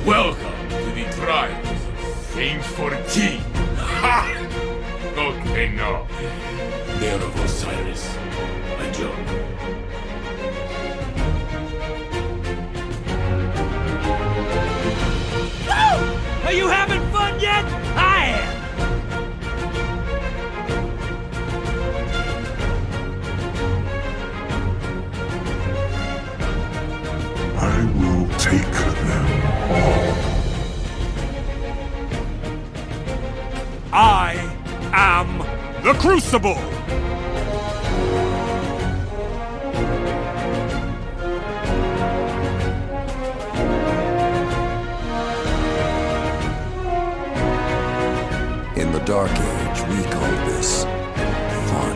Welcome to the trials of Saint 14. Ha! Okay, no. They're of Osiris. A joke. Woo! Are you having fun yet? I am. I will take them all. I am the Crucible! In the Dark Age, we call this fun.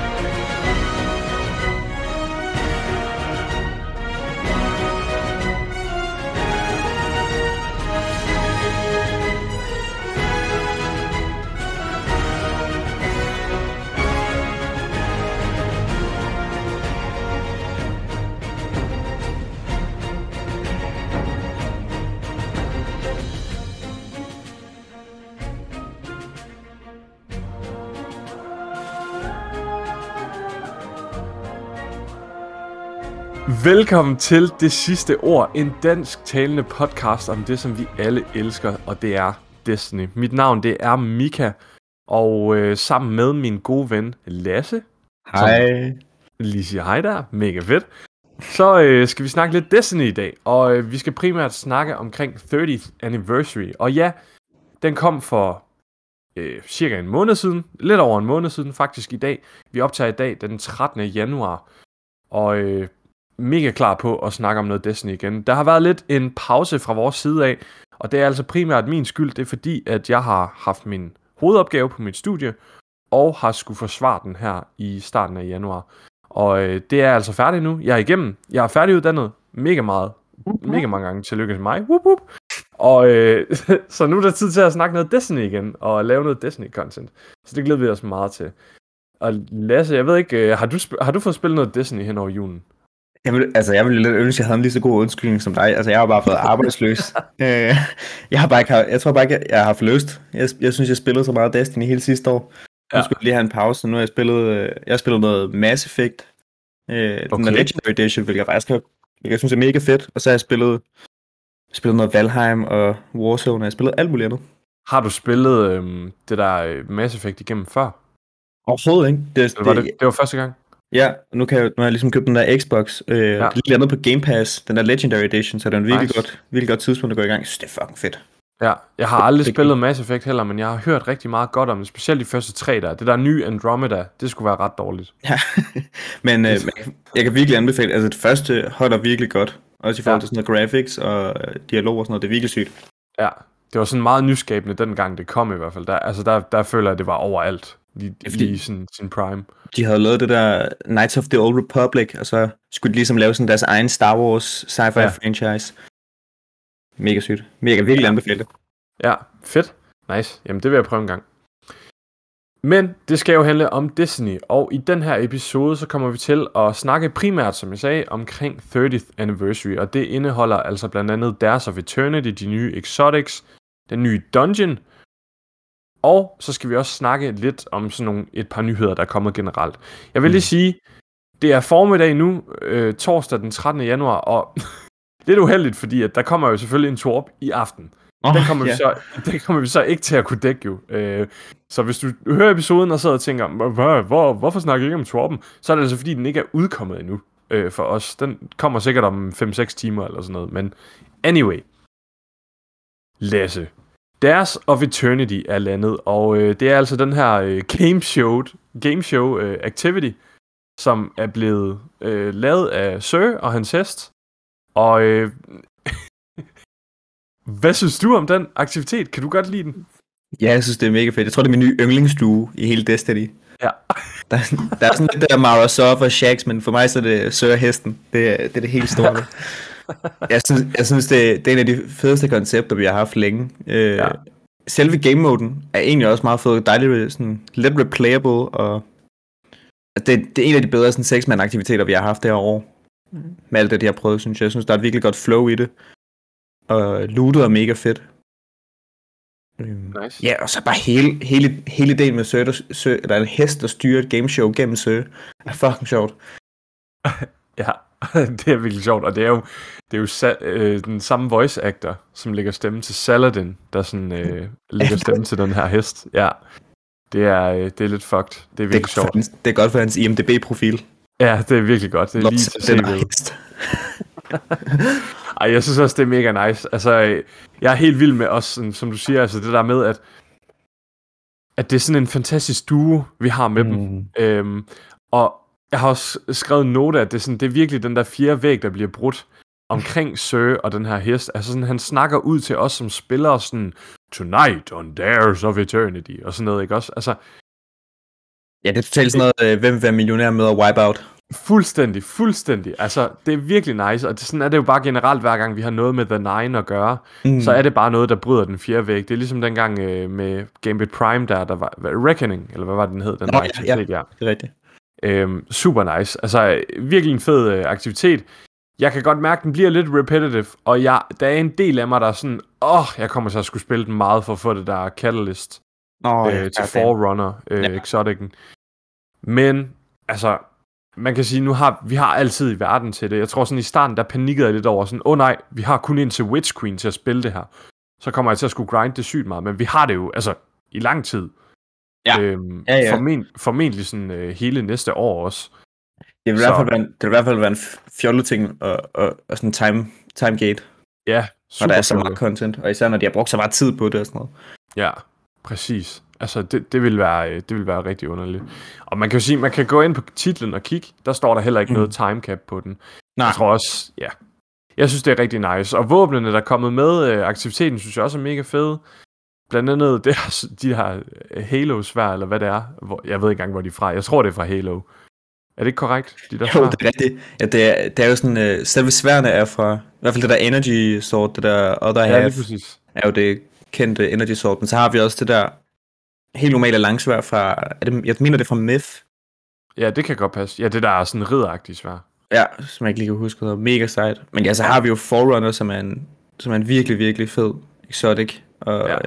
Velkommen til Det Sidste Ord, en dansk talende podcast om det, som vi alle elsker, og det er Destiny. Mit navn, det er Mika, og sammen med min gode ven Lasse. Hej. Lige siger hej der, mega fedt. Så skal vi snakke lidt Destiny i dag, og vi skal primært snakke omkring 30th Anniversary. Og ja, den kom for cirka en måned siden, lidt over en måned siden faktisk i dag. Vi optager i dag den 13. januar, og mega klar på at snakke om noget Destiny igen. Der har været lidt en pause fra vores side af, og det er altså primært min skyld. Det er fordi, at jeg har haft min hovedopgave på mit studie, og har skulle forsvare den her i starten af januar. Og det er altså færdigt nu. Jeg er igennem. Jeg er færdiguddannet mega mange gange. Tillykke til mig. Woop woop. Og så nu er der tid til at snakke noget Destiny igen, og lave noget Destiny-content. Så det glæder vi os meget til. Og Lasse, jeg ved ikke, har du fået spillet noget Destiny hen over julen? Jeg ville lidt ønske, at jeg havde en lige så god undskyldning som dig. Altså, jeg har bare fået arbejdsløs. Jeg tror bare ikke, jeg har haft lyst. Jeg synes, jeg spillede så meget Destiny hele sidste år. Nu skulle jeg lige have en pause. Nu har jeg spillet noget Mass Effect. Den der Legendary Edition, hvilket jeg faktisk jeg synes er mega fedt. Og så har jeg spillet noget Valheim og Warzone, og jeg spillet alt muligt andet. Har du spillet det der Mass Effect igennem før? Overhovedet ikke. Det var første gang? Ja, nu har jeg ligesom købt den der Xbox, lige andet på Game Pass, den der Legendary Edition, så det er en virkelig godt tidspunkt at gå i gang. Jeg synes, det er fucking fedt. Ja, jeg har aldrig spillet Mass Effect heller, men jeg har hørt rigtig meget godt om det, specielt de første 3 der. Det der nye Andromeda, det skulle være ret dårligt. Ja, men jeg kan virkelig anbefale, altså det første holder virkelig godt, også i forhold til sådan noget graphics og dialog og sådan noget, det er virkelig sygt. Ja, det var sådan meget nyskabende dengang det kom i hvert fald. Der føler jeg, det var overalt. Lige i sin prime. De havde lavet det der Knights of the Old Republic, og så skulle de ligesom lave sådan deres egen Star Wars sci-fi franchise. Mega sygt. Virkelig anbefale det. Ja, fedt. Nice. Jamen det vil jeg prøve en gang. Men det skal jo handle om Destiny, og i den her episode, så kommer vi til at snakke primært, som jeg sagde, omkring 30th Anniversary, og det indeholder altså blandt andet Dares of Eternity, de nye exotics, den nye dungeon, og så skal vi også snakke lidt om sådan et par nyheder, der er kommet generelt. Jeg vil lige sige, det er formiddag nu, torsdag den 13. januar, og lidt uheldigt, fordi at der kommer jo selvfølgelig en torp i aften. Den kommer vi så ikke til at kunne dække jo. Så hvis du hører episoden og sidder og tænker, hvorfor snakker jeg ikke om torpen? Så er det altså fordi, den ikke er udkommet endnu for os. Den kommer sikkert om 5-6 timer eller sådan noget. Men anyway. Lasse. Dares of Eternity er landet, og det er altså den her game show activity, som er blevet lavet af Sir og hans hest. Og hvad synes du om den aktivitet? Kan du godt lide den? Ja, jeg synes, det er mega fedt. Jeg tror, det er min nye yndlingsstue i hele Destiny. Ja. der er sådan lidt der Mara Soph og Shax, men for mig så er det Sir og hesten. Det er det helt store. Jeg synes det er en af de fedeste koncepter, vi har haft længe. Selve game-moden er egentlig også meget fed, dejligt, sådan let replayable, og det er en af de bedre sådan 6-mand-aktiviteter, vi har haft det her år. Med alt det, de har prøvet, synes jeg. Jeg synes, der er et virkelig godt flow i det. Og lootet er mega fedt. Nice. Ja, og så bare hele ideen med eller en hest, der styrer et gameshow gennem Sø, er fucking sjovt. Ja, det er virkelig sjovt, og det er jo den samme voice actor, som lægger stemme til Saladin, der sådan lægger stemme til den her hest. Ja, det er lidt fucked. Det er virkelig sjovt. Det er godt for hans IMDb-profil. Ja, det er virkelig godt. Det er lige til CV'et. Ej, jeg synes også, det er mega nice. Altså, jeg er helt vild med også, sådan, som du siger, altså det der med, at det er sådan en fantastisk duo, vi har med dem. Og jeg har også skrevet en note, at det er virkelig den der fjerde væg, der bliver brudt omkring Sir og den her hest. Altså sådan, han snakker ud til os som spillere sådan, tonight on Dares of Eternity, og sådan noget, ikke også? Altså, ja, det er totalt sådan noget, hvem vil være millionær med at Wipeout. Fuldstændig. Altså, det er virkelig nice, og sådan er det jo bare generelt, hver gang vi har noget med The Nine at gøre, så er det bare noget, der bryder den fjerde væg. Det er ligesom dengang med Gambit Prime, der var Reckoning, eller hvad var den hed? Den aktivitet, ja, det er rigtigt. Super nice. Altså, virkelig en fed aktivitet. Jeg kan godt mærke, at den bliver lidt repetitive, og der er en del af mig, der er sådan, jeg kommer så at skulle spille den meget for at få det der Catalyst til Forerunner Exoticen. Men, altså, man kan sige, vi har altid i verden til det. Jeg tror sådan i starten, der panikkede jeg lidt over sådan, nej, vi har kun indtil Witch Queen til at spille det her. Så kommer jeg til at skulle grinde det sygt meget, men vi har det jo, altså, i lang tid. Ja. Formentlig sådan hele næste år også. Det vil i hvert fald være en fjollet ting og sådan time gate. Ja, super. Og der er så meget content, og især når de har brugt så meget tid på det og sådan noget. Ja, præcis. Altså, det vil være rigtig underligt. Og man kan jo sige, man kan gå ind på titlen og kigge, der står der heller ikke noget time cap på den. Nej. Jeg tror også, jeg synes, det er rigtig nice. Og våbnene, der er kommet med, aktiviteten, synes jeg også er mega fede. Blandt andet de her Halo-svær, eller hvad det er. Jeg ved ikke engang, hvor de er fra. Jeg tror, det er fra Halo. Er det ikke korrekt? Jo, det er rigtigt. Ja, det er jo sådan, selve sværene er fra, i hvert fald det der Energy Sword, det der Other Half, er jo det kendte Energy Sword. Men så har vi også det der helt normale langsvær fra, jeg mener det er fra Myth. Ja, det kan godt passe. Ja, det der er sådan ridderagtigt svær. Ja, som jeg ikke lige kan huske, det er mega sejt. Men ja, så har vi jo Forerunner, som er en virkelig, virkelig fed exotic. Og,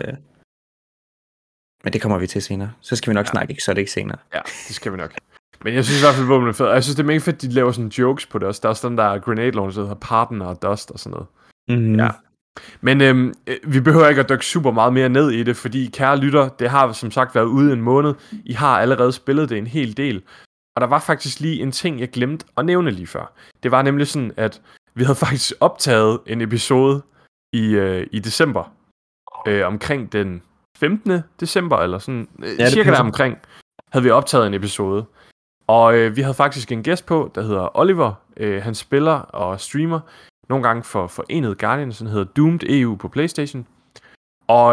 men det kommer vi til senere. Så skal vi nok snakke exotic senere. Ja, det skal vi nok. Men jeg synes i hvert fald, våbnet er fedt. Og jeg synes, det er mega fedt, at de laver sådan jokes på det også. Der er også den der grenade launcher, der hedder Partner og Dust og sådan noget. Mm-hmm. Ja. Men vi behøver ikke at dykke super meget mere ned i det, fordi kære lytter, det har som sagt været ude en måned. I har allerede spillet det en hel del. Og der var faktisk lige en ting, jeg glemte at nævne lige før. Det var nemlig sådan, at vi havde faktisk optaget en episode i december. Omkring den 15. december, eller sådan. Cirka der omkring, havde vi optaget en episode. Og vi havde faktisk en gæst på, der hedder Oliver. Han spiller og streamer nogle gange for Forenet Guardian, som hedder Doomed EU på PlayStation. Og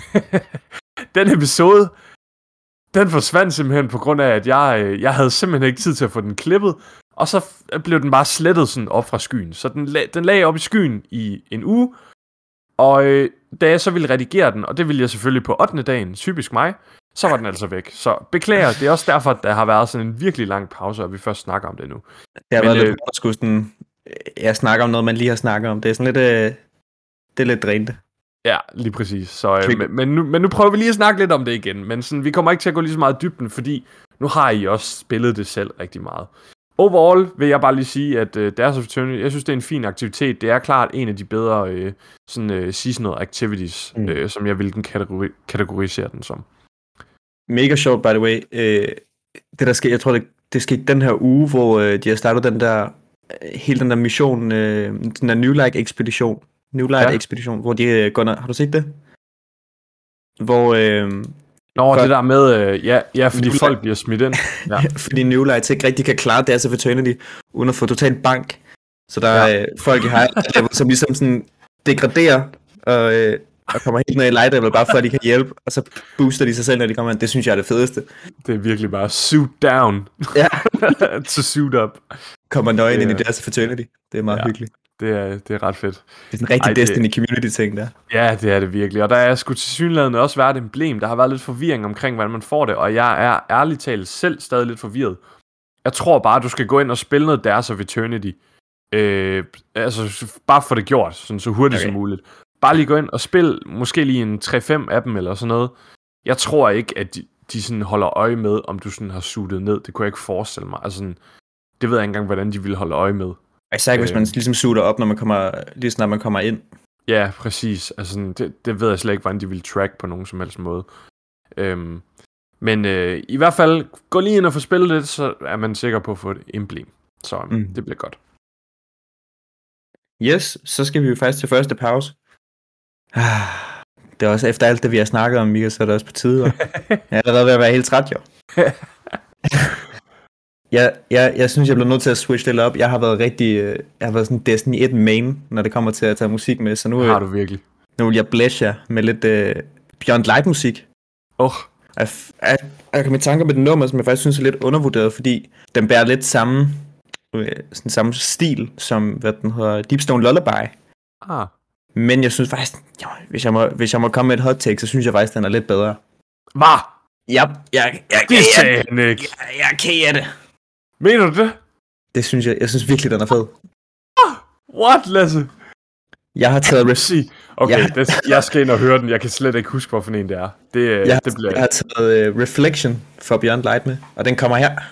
den episode, den forsvandt simpelthen på grund af, at jeg havde simpelthen ikke tid til at få den klippet. Og så blev den bare slettet sådan op fra skyen. Så den lagde op i skyen i en uge. Og da jeg så ville redigere den, og det ville jeg selvfølgelig på 8. dagen, typisk mig, så var den altså væk. Så beklager, det er også derfor, at der har været sådan en virkelig lang pause, og vi først snakker om det nu. Det har været lidt underskusten. Jeg snakker om noget, man lige har snakket om. Det er sådan lidt, det er lidt drænende. Ja, lige præcis. Så, men nu prøver vi lige at snakke lidt om det igen. Men sådan, vi kommer ikke til at gå lige så meget i dybden, fordi nu har I også spillet det selv rigtig meget. Overall vil jeg bare lige sige, at Dares of Eternity, jeg synes, det er en fin aktivitet. Det er klart en af de bedre seasonal activities, som jeg vil kategorisere den som. Mega sjovt, by the way. Det der sker, jeg tror, det skete den her uge, hvor de har startet hele den der mission, den der New Light ekspedition, hvor de går ned. Har du set det? Hvor det der med, fordi folk bliver smidt ind. Ja. Fordi New Lights ikke rigtig kan klare Dares of Eternity, uden at få totalt bank. Så der er folk i high level, som ligesom sådan degraderer, og kommer helt ned i light level, bare for at de kan hjælpe, og så booster de sig selv, når de kommer ind. Det synes jeg er det fedeste. Det er virkelig bare suit down. Ja. To suit up. Kommer nøgen ind i Dares of Eternity. Det er meget hyggeligt. Det er ret fedt. Det er en rigtig Destiny community ting der. Ja, det er det virkelig. Og der er sgu tilsyneladende også været et emblem. Der har været lidt forvirring omkring, hvordan man får det. Og jeg er ærligt talt selv stadig lidt forvirret. Jeg tror bare, du skal gå ind og spille noget Dares of Eternity. Altså, bare få det gjort, sådan så hurtigt som muligt. Bare lige gå ind og spil, måske lige en 3-5 af dem, eller sådan noget. Jeg tror ikke, at de sådan holder øje med, om du sådan har suttet ned. Det kunne jeg ikke forestille mig. Altså, sådan, det ved jeg ikke engang, hvordan de ville holde øje med. Især ikke, hvis man ligesom sutter op, når man lige snart man kommer ind. Ja, præcis. Altså, det ved jeg slet ikke, hvordan de ville track på nogen som helst måde. Men i hvert fald, gå lige ind og få spillet det, så er man sikker på at få et emblem. Så det bliver godt. Yes, så skal vi jo faktisk til første pause. Det er også efter alt det, vi har snakket om, Mika, så er det også på tide. Jeg er allerede ved at være helt træt, jo. Jeg synes, jeg bliver nødt til at switche det op. Jeg har været sådan Destiny 1 main, når det kommer til at tage musik med. Så nu har du virkelig. Nu vil jeg blæse jer med lidt Beyond Light musik. Jeg kom i tanker med den nummer, som jeg faktisk synes er lidt undervurderet, fordi den bærer lidt samme stil som, hvad den hedder, Deepstone Lullaby. Men jeg synes faktisk, hvis jeg må komme med et hot take, så synes jeg faktisk, den er lidt bedre. Hvad? Ja, jeg er ked af det. Mener du det? Det synes jeg synes virkelig, den er fed. What, Lasse? Jeg har taget Okay, jeg skal ind og høre den. Jeg kan slet ikke huske, hvorfor en det er. Jeg har taget Reflection for Beyond Light med, og den kommer her.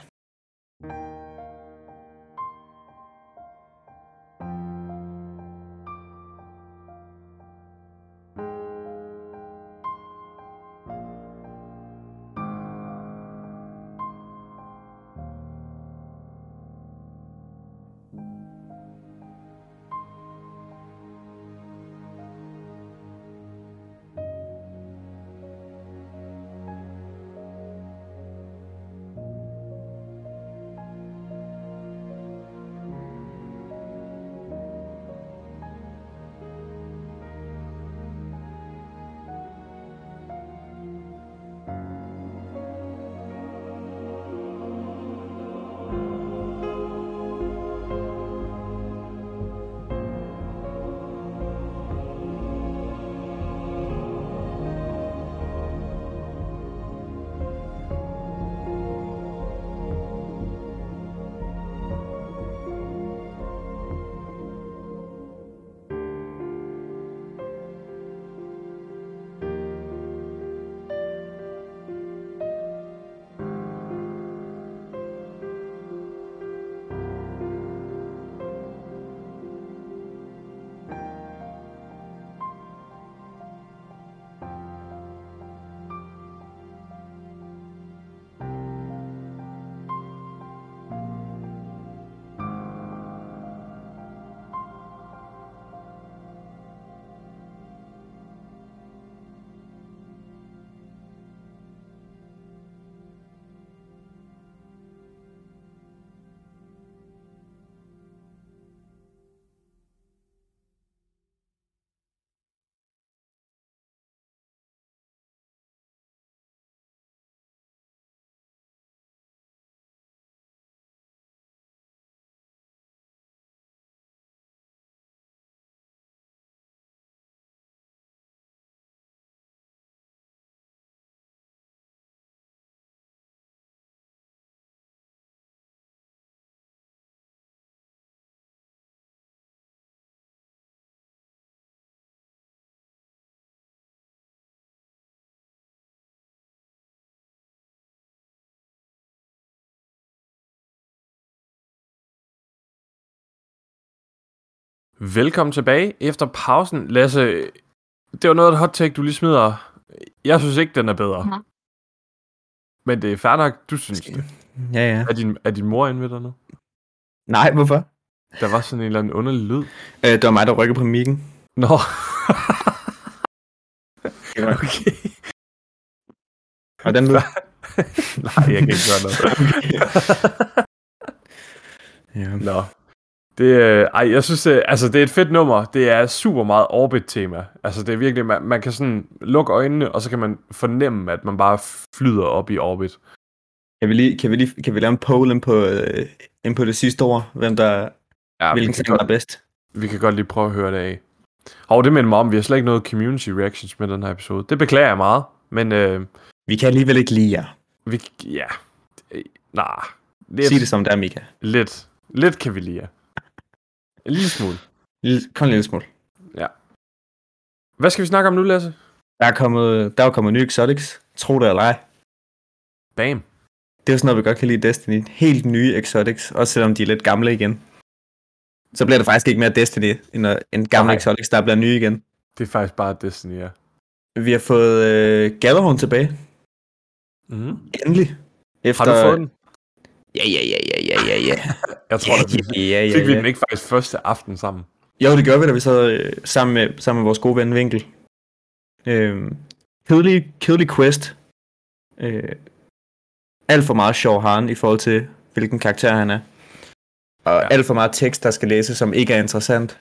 Velkommen tilbage efter pausen. Lasse, det var noget af et hot take, du lige smider. Jeg synes ikke, den er bedre. Men det er fair nok, du synes det. Ja. Er din mor inde ved dig nu? Nej, hvorfor? Der var sådan en eller anden underlig lyd. Det var mig, der rykkede på mikken. Nå. Okay. Og den lyd? Nej, jeg kan ikke gøre noget. Ja. Nå. Jeg synes, det er et fedt nummer. Det er super meget Orbit-tema. Altså, det er virkelig, man kan sådan lukke øjnene, og så kan man fornemme, at man bare flyder op i Orbit. Kan vi lave en poll ind på det sidste ord? Hvilken ting er bedst? Vi kan godt lige prøve at høre det af. Det minder mig om, vi har slet ikke noget community reactions med den her episode. Det beklager jeg meget, men... vi kan alligevel ikke lide jer. Nej. Sig det som det er, Mika. Lidt kan vi lide jer. En lille smule. Kun en lille smule. Ja. Hvad skal vi snakke om nu, Lasse? Der er kommet nye exotics. Tro det eller ej. Bam. Det er sådan noget, vi godt kan lide i Destiny. Helt nye exotics, også selvom de er lidt gamle igen. Så bliver det faktisk ikke mere Destiny, end en gamle exotics, der bliver nye igen. Det er faktisk bare Destiny, ja. Vi har fået Gjallarhorn tilbage. Endelig. Efter... Har du fået den? Ja. Jeg tror, fik vi den ikke faktisk første aften sammen? Jo, det gjorde vi, da vi sad sammen med vores gode ven Vinkel. Kedelig quest. Alt for meget sjov har han i forhold til, hvilken karakter han er. Og alt for meget tekst, der skal læses, som ikke er interessant.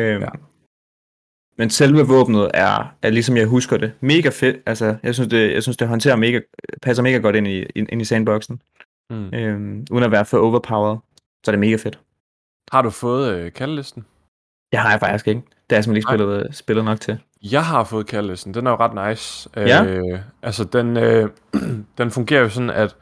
Men selve våbnet er ligesom jeg husker det, mega fedt. Altså, jeg synes det passer mega godt ind i sandboxen. Uden at være for overpowered. Så er det mega fedt. Har du fået kaldelisten? Det har jeg faktisk ikke. Det er jeg simpelthen ikke spillet nok til. Jeg har fået kaldelisten. Den er jo ret nice. Altså, den fungerer jo sådan, at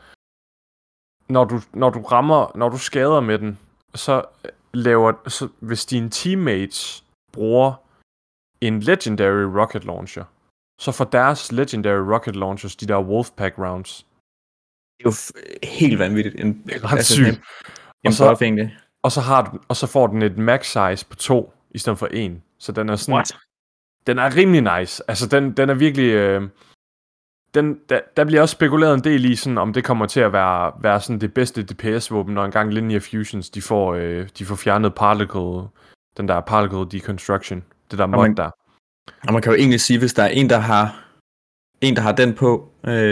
når du skader med den, så hvis dine teammates bruger en legendary rocket launcher, så får deres legendary rocket launchers de der Wolfpack rounds. Det er jo helt vanvittigt. Det er ret sygt. Og så får den et max size på 2 i stedet for 1. Så den er sådan... What? Den er rimelig nice. Altså den er virkelig... Der bliver også spekuleret en del i, sådan, om det kommer til at være sådan det bedste DPS-våben, når engang Linear Fusions de får fjernet den der particle deconstruction. Det der mod der. Og man kan jo egentlig sige, hvis der er en, der har den på,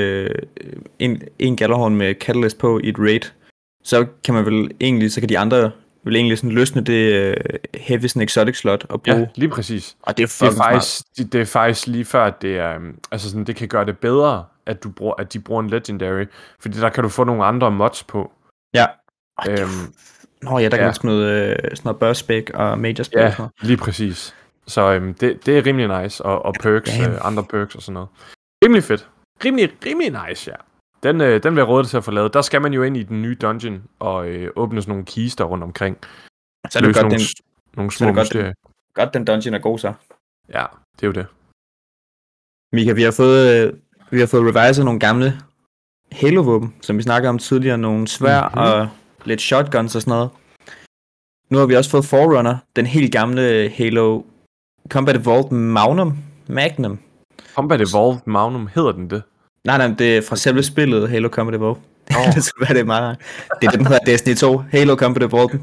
en Gjallarhorn med Catalyst på i et raid, så kan man vel egentlig, så kan de andre vel egentlig sådan løsne det heavy sådan exotic slot og bruge. Ja, lige præcis. Og det er faktisk lige før, at det er, altså sådan, det kan gøre det bedre, at de bruger en legendary, fordi der kan du få nogle andre mods på. Ja. Der kan man sådan noget burst-spec og major-spec. Ja, lige præcis. Så det er rimelig nice, og perks, andre perks og sådan noget. Rimelig fedt. Rimelig nice, ja. Den bliver rådet til at få lavet. Der skal man jo ind i den nye dungeon og åbne sådan nogle kister rundt omkring. Så er det nogle små mysterier. Godt, den dungeon er god så. Ja, det er jo det. Mika, vi har fået reviset nogle gamle Halo-våben, som vi snakkede om tidligere. Nogle svær og lidt shotguns og sådan noget. Nu har vi også fået Forerunner, den helt gamle Halo Combat Evolved Magnum. Combat Evolved Magnum, hedder den det? Nej, det er fra selve spillet Halo Combat Evolved. Det skulle være det meget. Det er det, den hedder Destiny 2. Halo Combat Evolved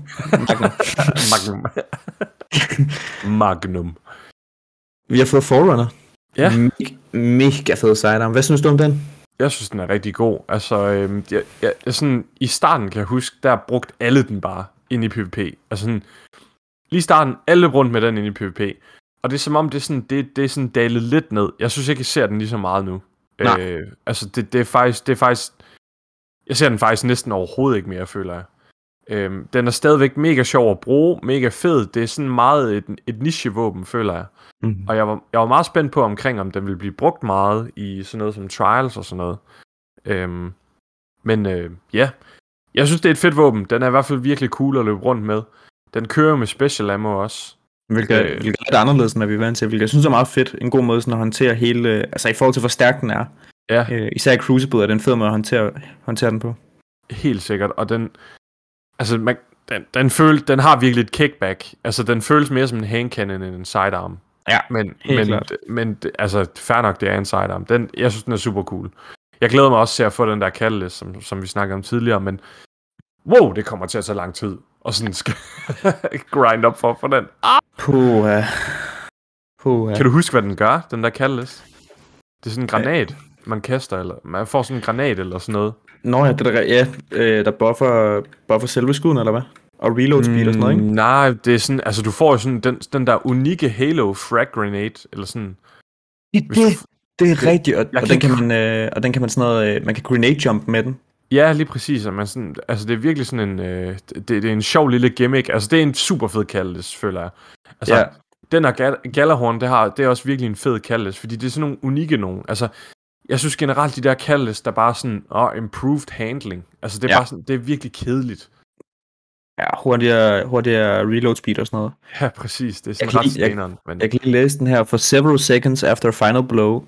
Magnum. Vi har fået Forerunner. Ja. Mega fed sidearm. Hvad synes du om den? Jeg synes, den er rigtig god. Altså, jeg sådan, i starten kan jeg huske, der brugt alle den bare ind i PvP. Altså sådan, lige i starten, alle rundt med den ind i PvP. Og det er som om, det er sådan dalet lidt ned. Jeg synes ikke, jeg ser den lige så meget nu. Altså, det er faktisk... Jeg ser den faktisk næsten overhovedet ikke mere, føler jeg. Den er stadigvæk mega sjov at bruge, mega fed. Det er sådan meget et nichevåben, føler jeg. Og jeg var meget spændt på omkring, om den ville blive brugt meget i sådan noget som Trials og sådan noget. Jeg synes, det er et fedt våben. Den er i hvert fald virkelig cool at løbe rundt med. Den kører med special ammo også. Hvilket er lidt anderledes, end vi er vant til. Hvilket jeg synes er meget fedt. En god måde sådan at håndtere hele... Altså i forhold til, hvor stærk den er. Ja. Især i Crucible er det en fed måde at håndtere den på. Helt sikkert. Og den... Altså, den har virkelig et kickback. Altså, den føles mere som en handcannon end en sidearm. Ja, men altså, fair nok, det er en sidearm. Jeg synes, den er super cool. Jeg glæder mig også til at få den der catalyst, som vi snakkede om tidligere, men wow, det kommer til at tage lang tid. Og sådan skal grind op for den. Puha. Kan du huske, hvad den gør, den der catalyst? Det er sådan en granat, man kaster, eller man får sådan en granat eller sådan noget. Nå ja, det der, der buffer selve skuden, eller hvad? Og reload speed og sådan noget, ikke? Nej, det er sådan, altså du får jo sådan den der unikke Halo frag grenade, eller sådan. Det er rigtigt, og den kan man sådan noget, man kan grenade jump med den. Ja, lige præcis, og man sådan, altså det er virkelig sådan en, det er en sjov lille gimmick, altså det er en super fed catalyst, føler jeg. Altså, den her Gjallarhorn, det er også virkelig en fed catalyst, fordi det er sådan nogle unikke nogen, altså, jeg synes generelt, de der catalyst, der bare sådan, improved handling, altså det er bare sådan, det er virkelig kedeligt. Ja, hurtigere reload speed og sådan noget. Ja, præcis. Det er sådan ret steneren. Men... Jeg kan lige læse den her. For several seconds after a final blow,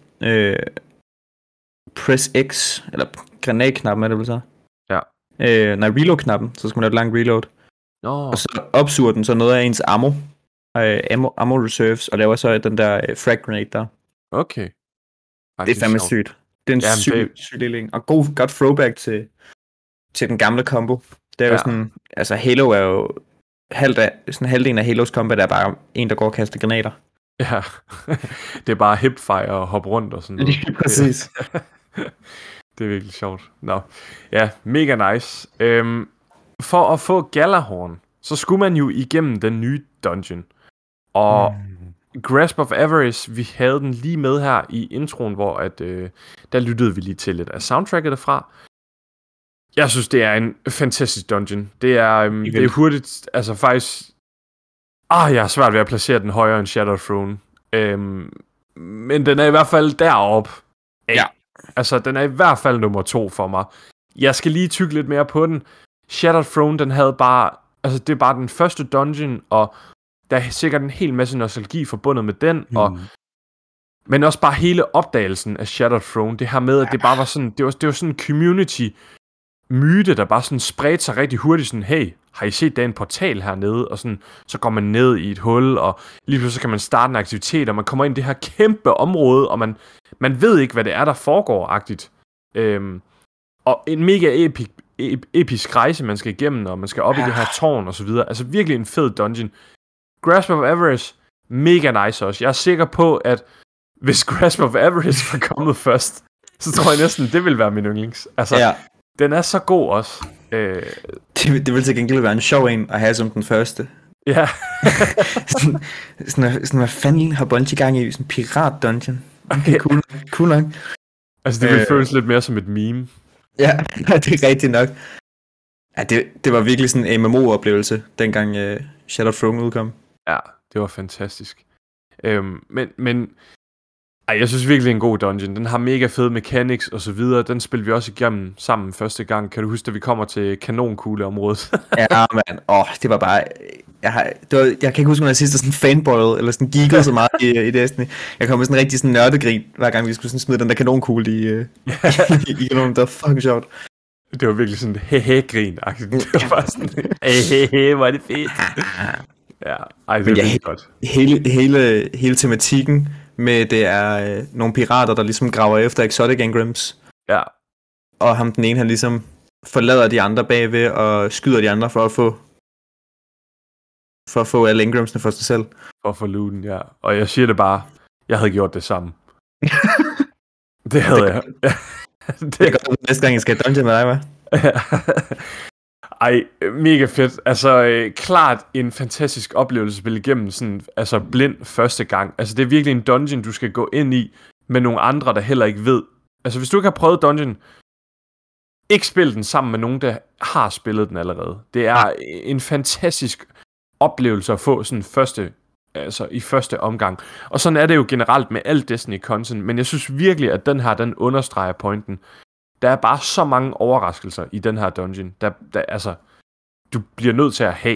press X, eller granatknappen er det vel så? Ja. Reload-knappen, så skal man lave et langt reload. Og så opsuger den så noget af ens ammo reserves, og laver så den der frag grenade der. Okay. Det er fandme sygt. Det er en syg deling. Og godt throwback til den gamle combo. Det er jo sådan, altså Halo er jo halvdelen af Halos combat er bare en, der går og kaster granater. Ja, det er bare hipfire og hoppe rundt og sådan noget. Ja, præcis. Det er virkelig sjovt. Nå, ja, mega nice. For at få Gjallarhorn, så skulle man jo igennem den nye dungeon. Og Grasp of Avarice, vi havde den lige med her i introen, hvor der lyttede vi lige til lidt af soundtracket derfra. Jeg synes, det er en fantastisk dungeon. Det er hurtigt, altså faktisk... jeg er svært ved at placere den højere end Shattered Throne. Men den er i hvert fald deroppe. Ja. Altså, den er i hvert fald nummer 2 for mig. Jeg skal lige tykke lidt mere på den. Shattered Throne, den havde bare... Altså, det er bare den første dungeon, og der er sikkert en hel masse nostalgi forbundet med den, men også bare hele opdagelsen af Shattered Throne. Det her med, at det bare var sådan... Det var sådan en community myte, der bare sådan spredte sig rigtig hurtigt, sådan, hey, har I set, der er en portal hernede, og sådan, så går man ned i et hul, og lige pludselig kan man starte en aktivitet, og man kommer ind i det her kæmpe område, og man ved ikke, hvad det er, der foregår-agtigt. Og en mega episk rejse, man skal igennem, og man skal op i det her tårn, og så videre. Altså virkelig en fed dungeon. Grasp of Avarice, mega nice også. Jeg er sikker på, at hvis Grasp of Avarice var kommet først, så tror jeg næsten, det vil være min yndlings. Altså, den er så god også. Det vil til gengæld være en sjov en at have som den første. Ja. sådan, hvad fanden har Bungie gang i? Sådan en pirat-dungeon. Okay, cool nok. Altså, det vil føles lidt mere som et meme. Ja, det er rigtigt nok. Ja, det var virkelig sådan en MMO-oplevelse, dengang Shattered Throne udkom. Ja, det var fantastisk. Men jeg synes virkelig, en god dungeon. Den har mega fede mechanics og så videre. Den spillede vi også igennem sammen første gang. Kan du huske, at vi kommer til kanonkugleområdet? Ja, man. Det var bare... Jeg kan ikke huske, når jeg sidst sådan fanboyede, eller sådan geekede så meget i Destiny. Jeg kom med sådan en rigtig sådan nørdegrin, hver gang vi skulle sådan smide den der kanonkugle i kanonen. Det var fucking sjovt. Det var virkelig sådan hehe-grin-agtigt. Det var bare sådan, hehe, hvor er det fedt. Ja, det er virkelig godt. Hele tematikken med, det er nogle pirater, der ligesom graver efter exotic engrams. Ja. Og ham den ene, han ligesom forlader de andre bagved og skyder de andre for at få alle engramsene for sig selv. For at få looten, ja. Og jeg siger det bare, jeg havde gjort det samme. Det havde jeg. Det er godt, næste gang jeg skal dungeon med dig, hva'? Ej, mega fedt. Altså, klart en fantastisk oplevelse at spille igennem sådan, altså blind første gang. Altså, det er virkelig en dungeon, du skal gå ind i med nogle andre, der heller ikke ved. Altså, hvis du ikke har prøvet dungeon, ikke spil den sammen med nogen, der har spillet den allerede. Det er en fantastisk oplevelse at få sådan i første omgang. Og sådan er det jo generelt med alt Destiny-content, men jeg synes virkelig, at den her, den understreger pointen. Der er bare så mange overraskelser i den her dungeon, der altså, du bliver nødt til at have.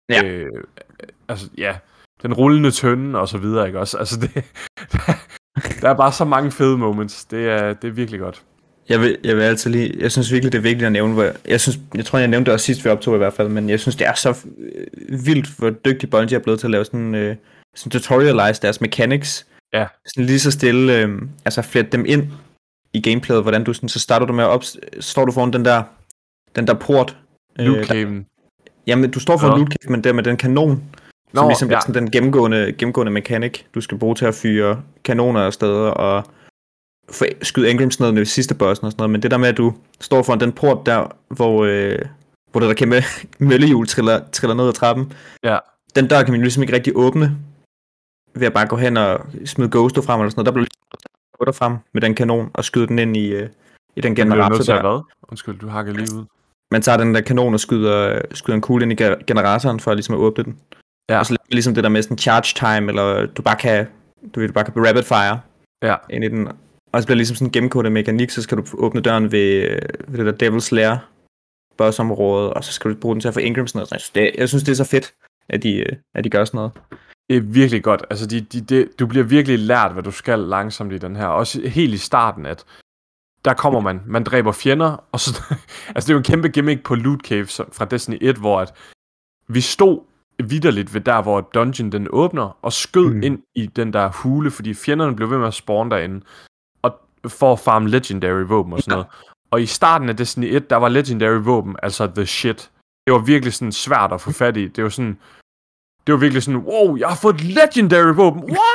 Ja. Den rullende tønde og så videre, ikke også? Altså, der er bare så mange fede moments. Det er virkelig godt. Jeg vil altid lige, jeg synes virkelig, det er vigtigt at nævne, jeg tror, jeg nævnte det også sidst, vi optog i hvert fald, men jeg synes, det er så vildt, hvor dygtig Bungie er blevet til at lave sådan tutorialize deres mechanics. Ja. Sådan lige så stille, flette dem ind i gameplayet, hvordan du sådan, så starter du med at står du foran den der port. Loot-caven. Jamen, du står foran loot-cave, men der med den kanon, som ligesom er sådan den gennemgående mechanic, du skal bruge til at fyre kanoner af steder, og skyde engrams ned ved sidste bossen og sådan noget, men det der med, at du står foran den port der, hvor der kæmpe møllehjul triller ned ad trappen, den dør kan man ligesom ikke rigtig åbne, ved at bare gå hen og smide Ghosto frem eller sådan noget. Der bliver der frem med den kanon og skyde den ind i den generator der. Hvad? Undskyld, du hakker lige ud. Man tager den der kanon og skyder en kugle ind i generatoren for ligesom at åbne den. Ja. Og så ligesom det der med sådan charge time, eller du bare kan rapid fire ind i den. Og så bliver det ligesom sådan en gennemkodet mekanik, så skal du åbne døren ved det der Devil's Lair bossområde, og så skal du bruge den til at få Ingrams ned. Jeg synes, det er så fedt, at de gør sådan noget. Det er virkelig godt. Altså, du bliver virkelig lært, hvad du skal langsomt i den her. Også helt i starten, at der kommer man dræber fjender, og så... altså, det er jo en kæmpe gimmick på Loot Cave fra Destiny 1, hvor at vi stod vitterligt ved der, hvor dungeon den åbner, og skød ind i den der hule, fordi fjenderne blev ved med at spawn derinde, og for at farme legendary våben og sådan noget. Og i starten af Destiny 1, der var legendary våben, altså the shit. Det var virkelig sådan svært at få fat i. Det var virkelig sådan, wow, jeg har fået et legendary våben, what?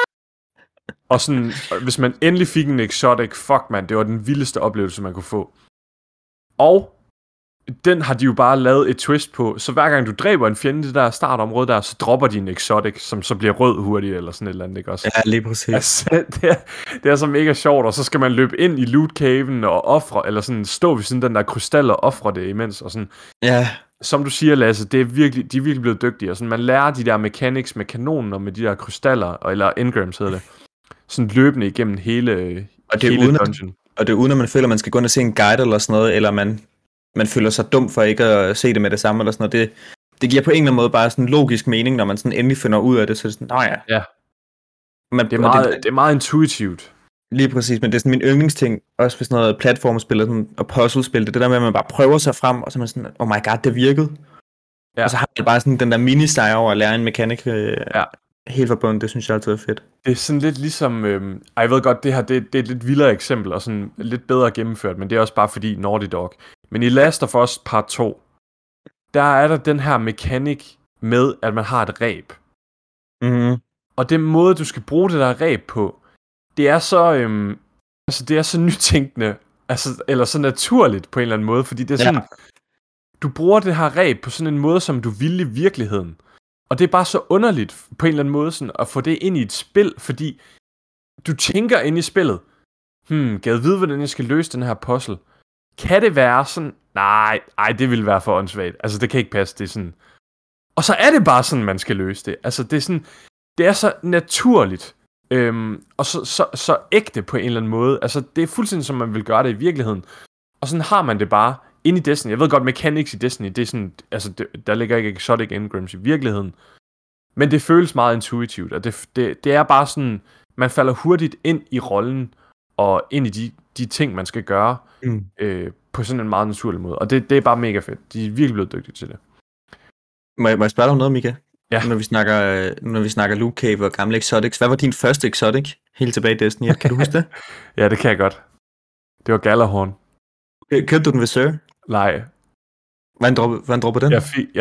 Og sådan, hvis man endelig fik en exotic, fuck man, det var den vildeste oplevelse, man kunne få. Og den har de jo bare lavet et twist på, så hver gang du dræber en fjende i det der startområde der, så dropper de en exotic, som så bliver rød hurtigt, eller sådan et eller andet, ikke også? Ja, lige præcis. Altså, det er så mega sjovt, og så skal man løbe ind i loot caven og ofre, eller sådan stå ved sådan den der krystal og ofre det imens, og sådan. Ja. Som du siger, Lasse, de er virkelig blevet dygtige, og sådan, man lærer de der mechanics med kanonen og med de der krystaller, eller engrams hedder det, sådan løbende igennem hele dungeon. Og det er uden, at man føler, at man skal gå ind og se en guide eller sådan noget, eller man føler sig dum for ikke at se det med det samme, eller sådan noget. Det giver på en eller anden måde bare sådan en logisk mening, når man sådan endelig finder ud af det, så er det sådan, ja. Det er meget intuitivt. Lige præcis, men det er sådan min yndlingsting, også for sådan noget platformspil og puzzlespil, det der med, at man bare prøver sig frem, og så er man sådan, oh my god, det virkede. Ja. Og så har man bare sådan den der mini-sejr over at lære en mekanik helt forbundet, det synes jeg altid er fedt. Det er sådan lidt ligesom, jeg ved godt, det her det er et lidt vildere eksempel, og sådan lidt bedre gennemført, men det er også bare fordi Naughty Dog. Men i Last of Us Part 2, der er der den her mekanik med, at man har et reb. Mm-hmm. Og den måde, du skal bruge det der reb på, det er så, det er så nytænkende, altså, eller så naturligt på en eller anden måde, fordi det er sådan, du bruger det her reb på sådan en måde, som du ville i virkeligheden. Og det er bare så underligt på en eller anden måde sådan, at få det ind i et spil, fordi du tænker ind i spillet, gad vide, hvordan jeg skal løse den her puzzle. Kan det være sådan? Nej, det vil være for åndssvagt. Altså, det kan ikke passe, det er sådan. Og så er det bare sådan, man skal løse det. Altså, det er sådan, det er så naturligt, og så ægte på en eller anden måde. Altså, det er fuldstændig, som man vil gøre det i virkeligheden. Og sådan har man det bare inde i Destiny. Jeg ved godt, mechanics i Destiny, det er sådan, altså, der ligger ikke exotic engrams i virkeligheden. Men det føles meget intuitivt, og det er bare sådan, man falder hurtigt ind i rollen, og ind i de ting, man skal gøre, på sådan en meget naturlig måde. Og det er bare mega fedt. De er virkelig blevet dygtige til det. Må jeg spørge dig om noget, Mika? Ja. Når vi snakker Loot Cave og gamle exotics. Hvad var din første exotic helt tilbage i Destiny 1? Kan du huske det? Ja, det kan jeg godt. Det var Gjallarhorn. Købte du den ved Sir? Nej. Hvordan dropper den?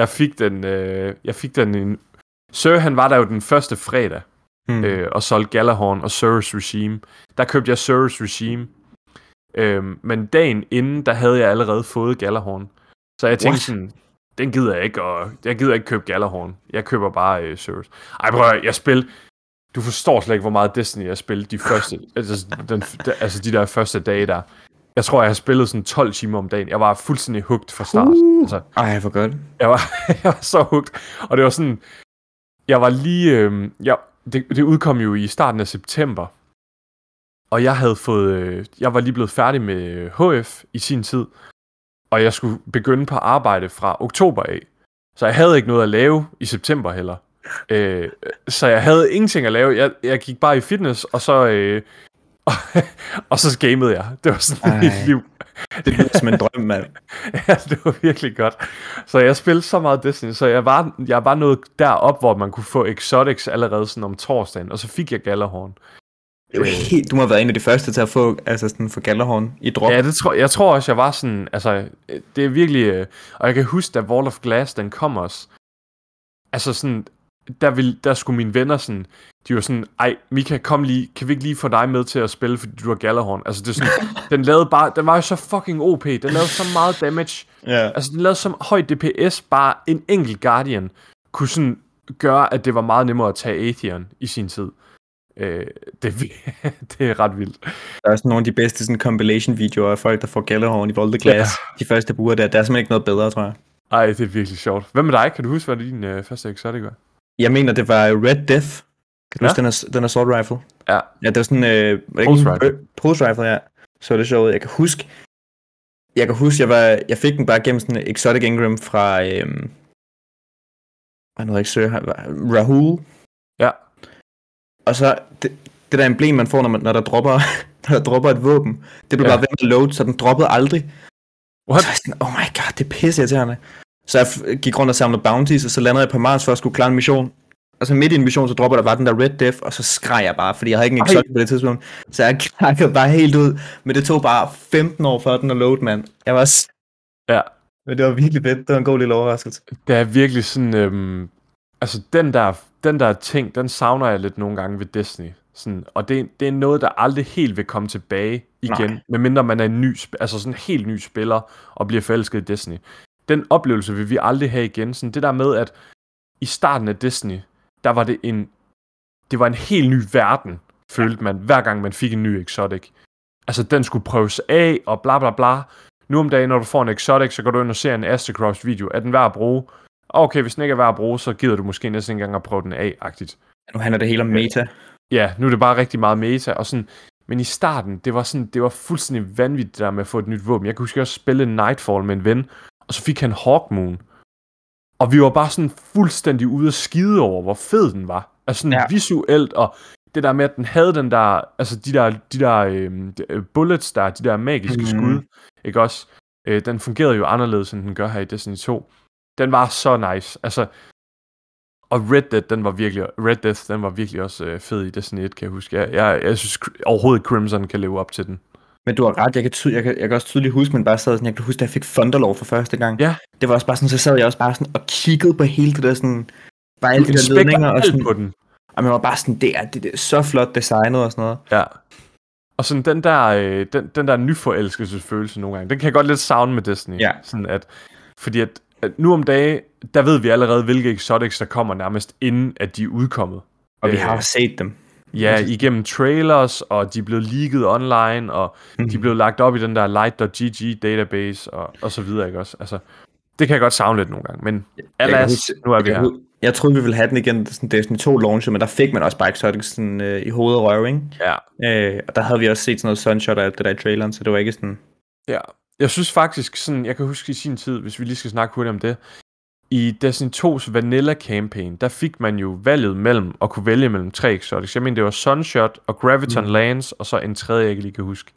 Jeg fik den Sir, han var der jo den første fredag, og solgte Gjallarhorn og Sir's Regime. Der købte jeg Sir's Regime. Men dagen inden, der havde jeg allerede fået Gjallarhorn. Så jeg tænkte sådan, den gider jeg ikke, og jeg gider ikke købe Gjallarhorn. Jeg køber bare Sir's. Ej, prøv at jeg spil. Du forstår slet ikke, hvor meget Destiny jeg spillede de første, altså de der første dage der. Jeg tror, jeg har spillet sådan 12 timer om dagen. Jeg var fuldstændig hooked fra start. Altså, ej, hvor godt. Jeg var så hooked. Og det var sådan, jeg var lige, det udkom jo i starten af september. Og jeg var lige blevet færdig med HF i sin tid. Og jeg skulle begynde på arbejde fra oktober af. Så jeg havde ikke noget at lave i september heller. Så jeg havde ingenting at lave. Jeg gik bare i fitness, og så og så gamede jeg. Det var sådan mit liv. Det lyder som en drøm, mand. Ja, det var virkelig godt. Så jeg spillede så meget Destiny, så jeg var nået derop, hvor man kunne få exotics allerede sådan om torsdagen, og så fik jeg Gjallarhorn. Det var helt, du må have været en af de første til at få, altså sådan for Gjallarhorn i drop. Ja, jeg tror også, jeg var sådan, altså, det er virkelig, og jeg kan huske, da Wall of Glass, den kom også, altså sådan, der skulle mine venner sådan, de var sådan, ej, Mika, kom lige, kan vi ikke lige få dig med til at spille, fordi du har Gjallarhorn? Altså, det er sådan, den var jo så fucking OP, den lavede så meget damage, altså, den lavede så høj DPS, bare en enkelt Guardian kunne sådan gøre, at det var meget nemmere at tage Atheon i sin tid. Det er ret vildt. Der er sådan nogle af de bedste sådan compilation-videoer af folk, der får Gjallarhorn i Wall of Glass. De første buer der. Der er simpelthen ikke noget bedre, tror jeg. Ej, det er virkelig sjovt. Hvad med dig? Kan du huske, hvad din første exotic var? Jeg mener, det var Red Death. Kan du huske den assault rifle? Ja, det var sådan... Pulse rifle. Pulse rifle, ja. Så er det sjovt. Jeg kan huske... Jeg kan huske, jeg fik den bare gennem sådan en Exotic Engram fra Rahul. Ja. Og så det der emblem, man får, når der dropper et våben, det blev bare ved med load, så den droppede aldrig. What? Så jeg sådan, oh my god, det er pisse irriterende. Så jeg gik rundt og samlede bounties, og så landede jeg på Mars for at skulle klare en mission. Og så midt i en mission, så dropper der bare den der Red Death, og så skreg jeg bare, fordi jeg havde ikke en exotic på det tidspunkt. Så jeg knakkede bare helt ud, men det tog bare 15 år for den at load, mand. Jeg var... Ja. Men det var virkelig fedt. Det var en god lille overraskelse. Det er virkelig sådan... altså, den der ting, den savner jeg lidt nogle gange ved Destiny. Sådan, og det er noget, der aldrig helt vil komme tilbage igen, medmindre man er en sådan en helt ny spiller, og bliver forelsket i Destiny. Den oplevelse vil vi aldrig have igen. Sådan det der med, at i starten af Destiny, der var det var en helt ny verden, følte man, hver gang man fik en ny exotic. Altså, den skulle prøves af, og bla bla bla. Nu om dagen, når du får en exotic, så går du ind og ser en Astro video. Er den værd at bruge? Okay, hvis den ikke er værd at bruge, så gider du måske næsten ikke engang at prøve den af-agtigt. Nu handler det hele om meta. Ja, nu er det bare rigtig meget meta, og sådan... Men i starten, det var fuldstændig vanvittigt der med at få et nyt våben. Jeg kan huske, at jeg spillede Nightfall med en ven, og så fik han Hawkmoon. Og vi var bare sådan fuldstændig ude at skide over, hvor fed den var. Altså sådan visuelt, og det der med, at den havde den der, altså de der bullets der, de der magiske skud, ikke også? Den fungerede jo anderledes, end den gør her i Destiny 2. Den var så nice, altså... Og Red Death, den var virkelig også fed i Destiny 1, kan jeg huske. Jeg synes overhovedet Crimson kan leve op til den. Men du har ret, jeg kan også tydeligt huske, men bare sad sådan, jeg kan huske, da jeg fik Thunderlord for første gang. Ja. Det var også bare sådan, så sad jeg også bare sådan og kiggede på hele det der sådan, bare alle de der ledninger og sådan. På den. Og man var bare sådan, det er så flot designet og sådan noget. Ja. Og sådan den der nyforelskelsesfølelse nogle gange, den kan jeg godt lidt savne med Destiny. Ja. Sådan at, fordi at nu om dagen, der ved vi allerede, hvilke exotics, der kommer nærmest inden, at de er udkommet. Og vi har set dem. Ja, igennem trailers, og de er blevet leaget online, og de er blevet lagt op i den der light.gg database, og så videre, ikke også? Altså, det kan jeg godt savne lidt nogle gange, men alas, nu er vi her. Jeg troede, vi ville have den igen, sådan Destiny 2 launcher, men der fik man også bare exotics sådan, i hovedet og røv, ikke? Ja. Og der havde vi også set sådan noget sunshot og alt det der i traileren, så det var ikke sådan... Ja, jeg synes faktisk sådan, jeg kan huske i sin tid, hvis vi lige skal snakke hurtigt om det, i Destiny 2's Vanilla Campaign, der fik man jo valget mellem, at kunne vælge mellem 3 exotics. Jeg mener, det var Sunshot og Graviton Lands, og så en tredje, jeg ikke lige kan huske.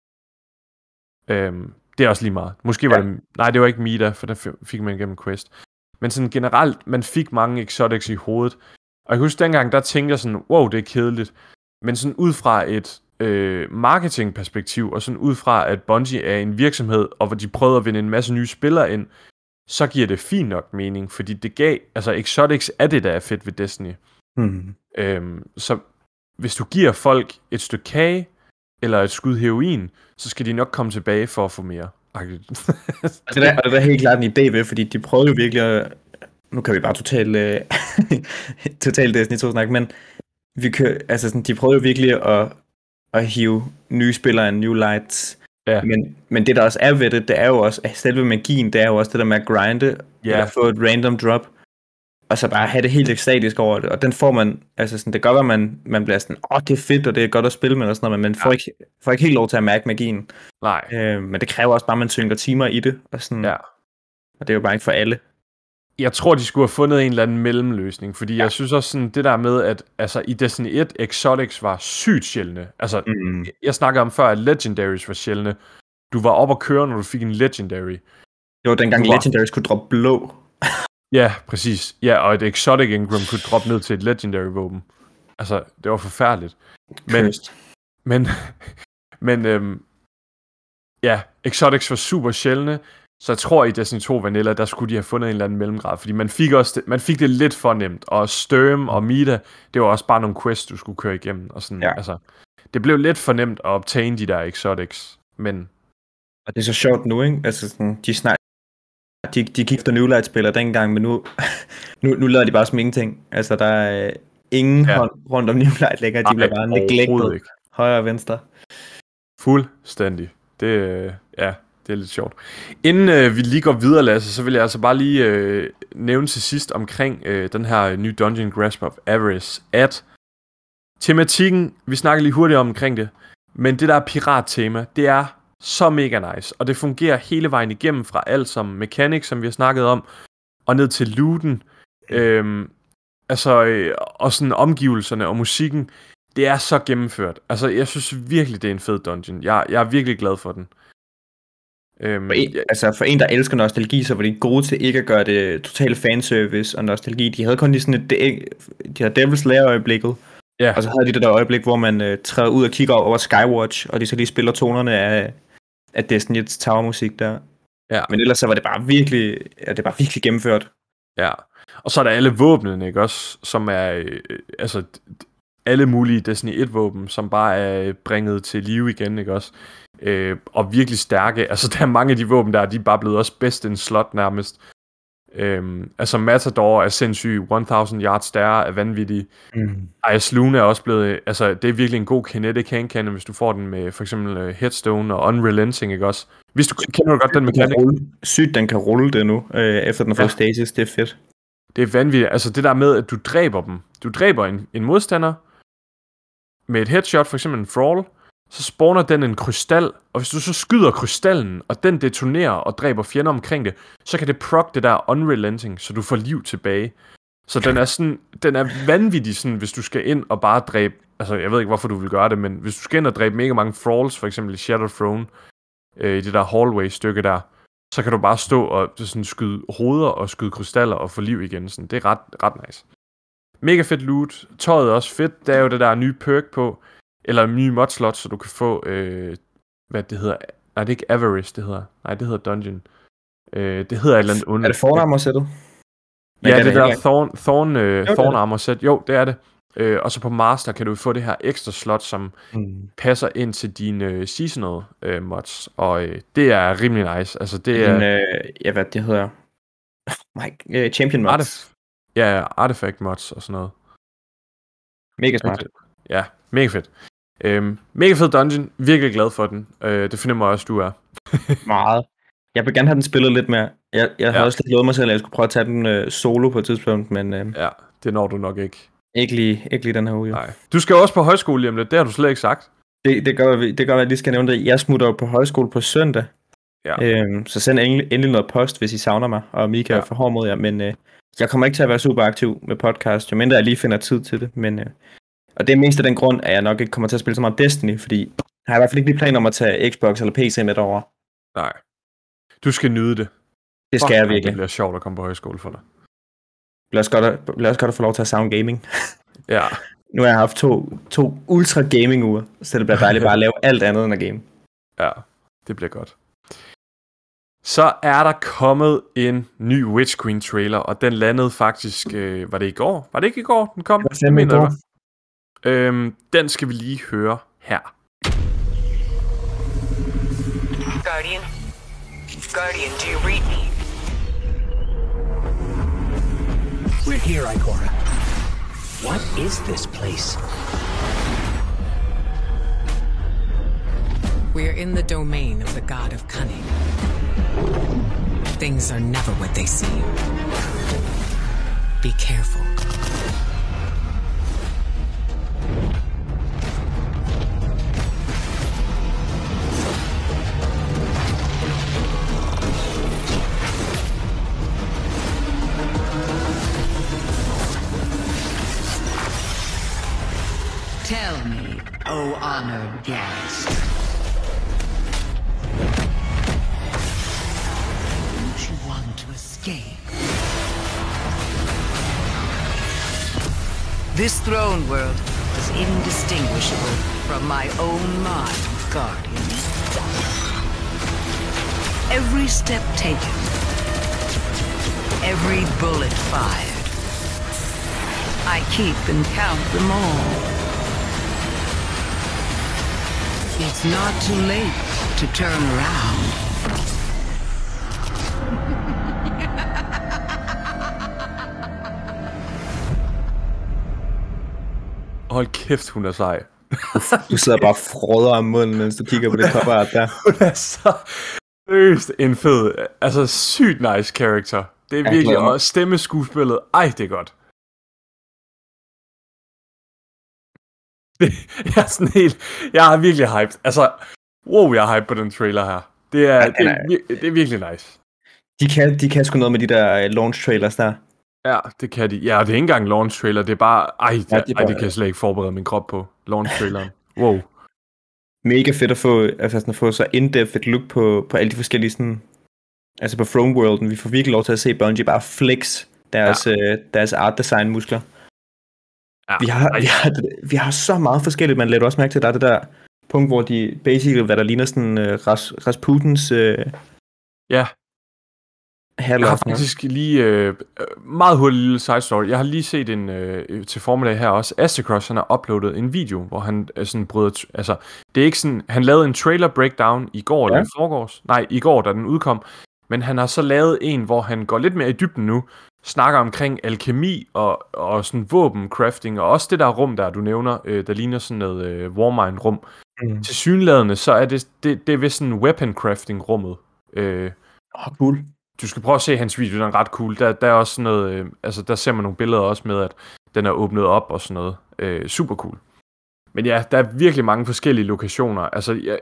Det er også lige meget. Måske var det... Nej, det var ikke Mida, for der fik man igennem Quest. Men sådan generelt, man fik mange exotics i hovedet. Og jeg kan huske, dengang, der tænkte jeg sådan, wow, det er kedeligt. Men sådan ud fra et marketingperspektiv, og sådan ud fra, at Bungie er en virksomhed, og hvor de prøvede at vinde en masse nye spillere ind, så giver det fint nok mening, fordi det gav, altså exotics er det, der er fedt ved Destiny. Så hvis du giver folk et stykke kage, eller et skud heroin, så skal de nok komme tilbage for at få mere. Og det er helt klart en idé ved, fordi de prøvede jo virkelig at... Nu kan vi bare totalt Destiny 2 snak, men altså sådan, de prøvede jo virkelig at hive nye spillere og new lights. Ja. Men det der også er ved det er jo også, at selve magien, det er jo også det der med at grinde, eller få et random drop, og så bare have det helt ekstatisk over det, og den får man, altså sådan, det gør, at man bliver sådan, det er fedt, og det er godt at spille med, og sådan noget, men man får ikke helt lov til at mærke magien. Nej. Men det kræver også bare, at man synker timer i det, og sådan, og det er jo bare ikke for alle. Jeg tror, de skulle have fundet en eller anden mellemløsning, fordi jeg synes også sådan, det der med, at altså, i Destiny 1, exotics var sygt sjældne. Altså, jeg snakkede om før, at legendaries var sjældne. Du var op og køre, når du fik en legendary. Det var dengang legendaries kunne droppe blå. Ja, præcis. Ja, og et exotic engram kunne droppe ned til et legendary våben. Altså, det var forfærdeligt. Men exotics var super sjældne. Så jeg tror, i Destiny 2 Vanilla, der skulle de have fundet en eller anden mellemgrad, fordi man fik det lidt for nemt, og Sturm og Mida, det var også bare nogle quests, du skulle køre igennem, og sådan, altså, det blev lidt for nemt at obtain de der exotics, men... Og det er så sjovt nu, ikke? Altså, sådan, de gik efter New Light-spillere dengang, men nu lader de bare som ingenting. Altså, der er ingen hånd rundt om New Light længere, de bliver bare neglected højre og venstre. Fuldstændig. Det er lidt sjovt. Inden vi lige går videre, Lasse, så vil jeg altså bare lige nævne til sidst omkring den her nye Dungeon Grasp of Avarice, at tematikken, vi snakker lige hurtigt omkring det, men det der pirattema, det er så mega nice. Og det fungerer hele vejen igennem fra alt som mechanics, som vi har snakket om, og ned til looten. Og sådan omgivelserne og musikken. Det er så gennemført. Altså, jeg synes virkelig, det er en fed dungeon. Jeg er virkelig glad for den. For en, der elsker nostalgi, så var de gode til ikke at gøre det totale fanservice og nostalgi. De havde kun lige sådan de havde Devil's Lair-øjeblikket, og så havde de det der øjeblik, hvor man træder ud og kigger over Skywatch, og de så lige spiller tonerne af Destiny's Tower-musik der. Ja. Men ellers så var det bare virkelig gennemført. Ja, og så er der alle våbnene, ikke også, som er alle mulige Destiny 1-våben, som bare er bringet til live igen, ikke også? Og virkelig stærke. Altså, der er mange af de våben der, de er bare blevet også best in slot nærmest. Matador er sindssyg, 1000 yards stærre er vanvittig. Ice Luna er også blevet, altså, det er virkelig en god kinetic hand cannon, hvis du får den med for eksempel Headstone og Unrelenting, ikke også? Kender du godt den mekanik? Sygt, den kan rulle det nu, efter den har fået stasis, det er fedt. Det er vanvittigt. Altså, det der med, at du dræber dem. Du dræber en modstander med et headshot, for eksempel en Thrall, så spawner den en krystal, og hvis du så skyder krystallen, og den detonerer og dræber fjender omkring det, så kan det proc det der Unrelenting, så du får liv tilbage. Så den er vanvittig, sådan, hvis du skal ind og bare dræbe, altså jeg ved ikke, hvorfor du vil gøre det, men hvis du skal ind og dræbe mega mange Thralls, for eksempel i Shattered Throne, i det der hallway-stykke der, så kan du bare stå og sådan, skyde hoveder og skyde krystaller og få liv igen. Sådan. Det er ret nice. Mega fedt loot. Tøjet er også fedt. Der er jo det der nye perk på, eller en ny mod slot, så du kan få, hvad det hedder. Nej, det er ikke Avarice, det hedder. Nej, det hedder Dungeon. Det hedder et eller andet under. Er det Thorn Armor sættet? Ja, det der Thorn Armor sæt. Jo, det er det. Og så på Master kan du få det her ekstra slot, som passer ind til dine seasonal mods. Og det er rimelig nice. Altså, det er... hvad det hedder? Champion mods. Artifact mods og sådan noget. Mega smart. Ja, mega fedt. Mega fed dungeon. Virkelig glad for den. Det fornemmer jeg også, du er. Meget. Jeg vil gerne have den spillet lidt mere. Jeg havde også lidt lovet mig selv, at jeg skulle prøve at tage den solo på et tidspunkt, men... ja, det når du nok ikke. Ikke lige den her uge. Nej. Du skal jo også på højskole lige om lidt. Det har du slet ikke sagt. Det gør, at jeg lige skal nævne det. Jeg smutter jo på højskole på søndag. Ja. Så send endelig noget post, hvis I savner mig, og Mika er for hård mod jer. Men jeg kommer ikke til at være super aktiv med podcast, jo mindre jeg lige finder tid til det. Men, og det er mest af den grund, at jeg nok ikke kommer til at spille så meget Destiny, fordi jeg har i hvert fald ikke lige planer om at tage Xbox eller PC med derover. Nej. Du skal nyde det. Det skal jeg virkelig. Det bliver sjovt at komme på højskole for dig. Det bliver også godt at få lov til at savne gaming. Ja. Nu har jeg haft to ultra gaming uger, så det bliver dejligt bare at lave alt andet end at game. Ja, det bliver godt. Så er der kommet en ny Witch Queen trailer, og den landede faktisk, var det i går? Var det ikke i går, den kom? Det mener jeg. Den skal vi lige høre her. Guardian, do you read me? We're here, Ikora. What is this place? We're in the domain of the god of cunning. Things are never what they seem. Be careful. Tell me, O honored guest. Don't you want to escape? This throne world is indistinguishable from my own mind, Guardian. Every step taken, every bullet fired, I keep and count them all. It's not too late to turn around. Hold kæft, hun er sej. Du sidder bare og frøder om munden, mens du kigger på det cover art der. Hun er så seriøst en fed, altså sygt nice character. Det er virkelig, og stemmeskuespillet, det er godt. Jeg er sådan helt, jeg er virkelig hyped. Altså, Wow, jeg er hype på den trailer her. Det er virkelig nice. De kan sgu noget med de der launch trailers der. Ja, det kan de. Ja, det er ikke engang launch trailer, det er bare... det kan jeg slet ikke forberede min krop på. Launch traileren. Wow. Mega fedt at få så in-depth et look på alle de forskellige sådan... Altså på Throne Worlden. Vi får virkelig lov til at se Bungie bare flex deres art design muskler. Ja. Vi har så meget forskelligt, man lader også mærke til, der er det der punkt, hvor de basically, hvad der ligner sådan Rasputins ja. Jeg har faktisk lige meget hurtigt lille side story. Jeg har lige set en til formiddag her også. Astacross, han har uploadet en video, hvor han sådan bryder... Altså, det er ikke sådan... Han lavede en trailer breakdown i går, eller i forgårs. Nej, i går, da den udkom. Men han har så lavet en, hvor han går lidt mere i dybden nu. Snakker omkring alkemi og sådan våbencrafting. Og også det der rum, der du nævner, der ligner sådan noget Warmind-rum. Tilsyneladende, så er det er vist sådan weapon crafting-rummet. Cool. Du skal prøve at se hans video, den er ret cool. Der er også sådan noget, altså der ser man nogle billeder også med, at den er åbnet op og sådan noget. Super cool. Men ja, der er virkelig mange forskellige lokationer. Altså,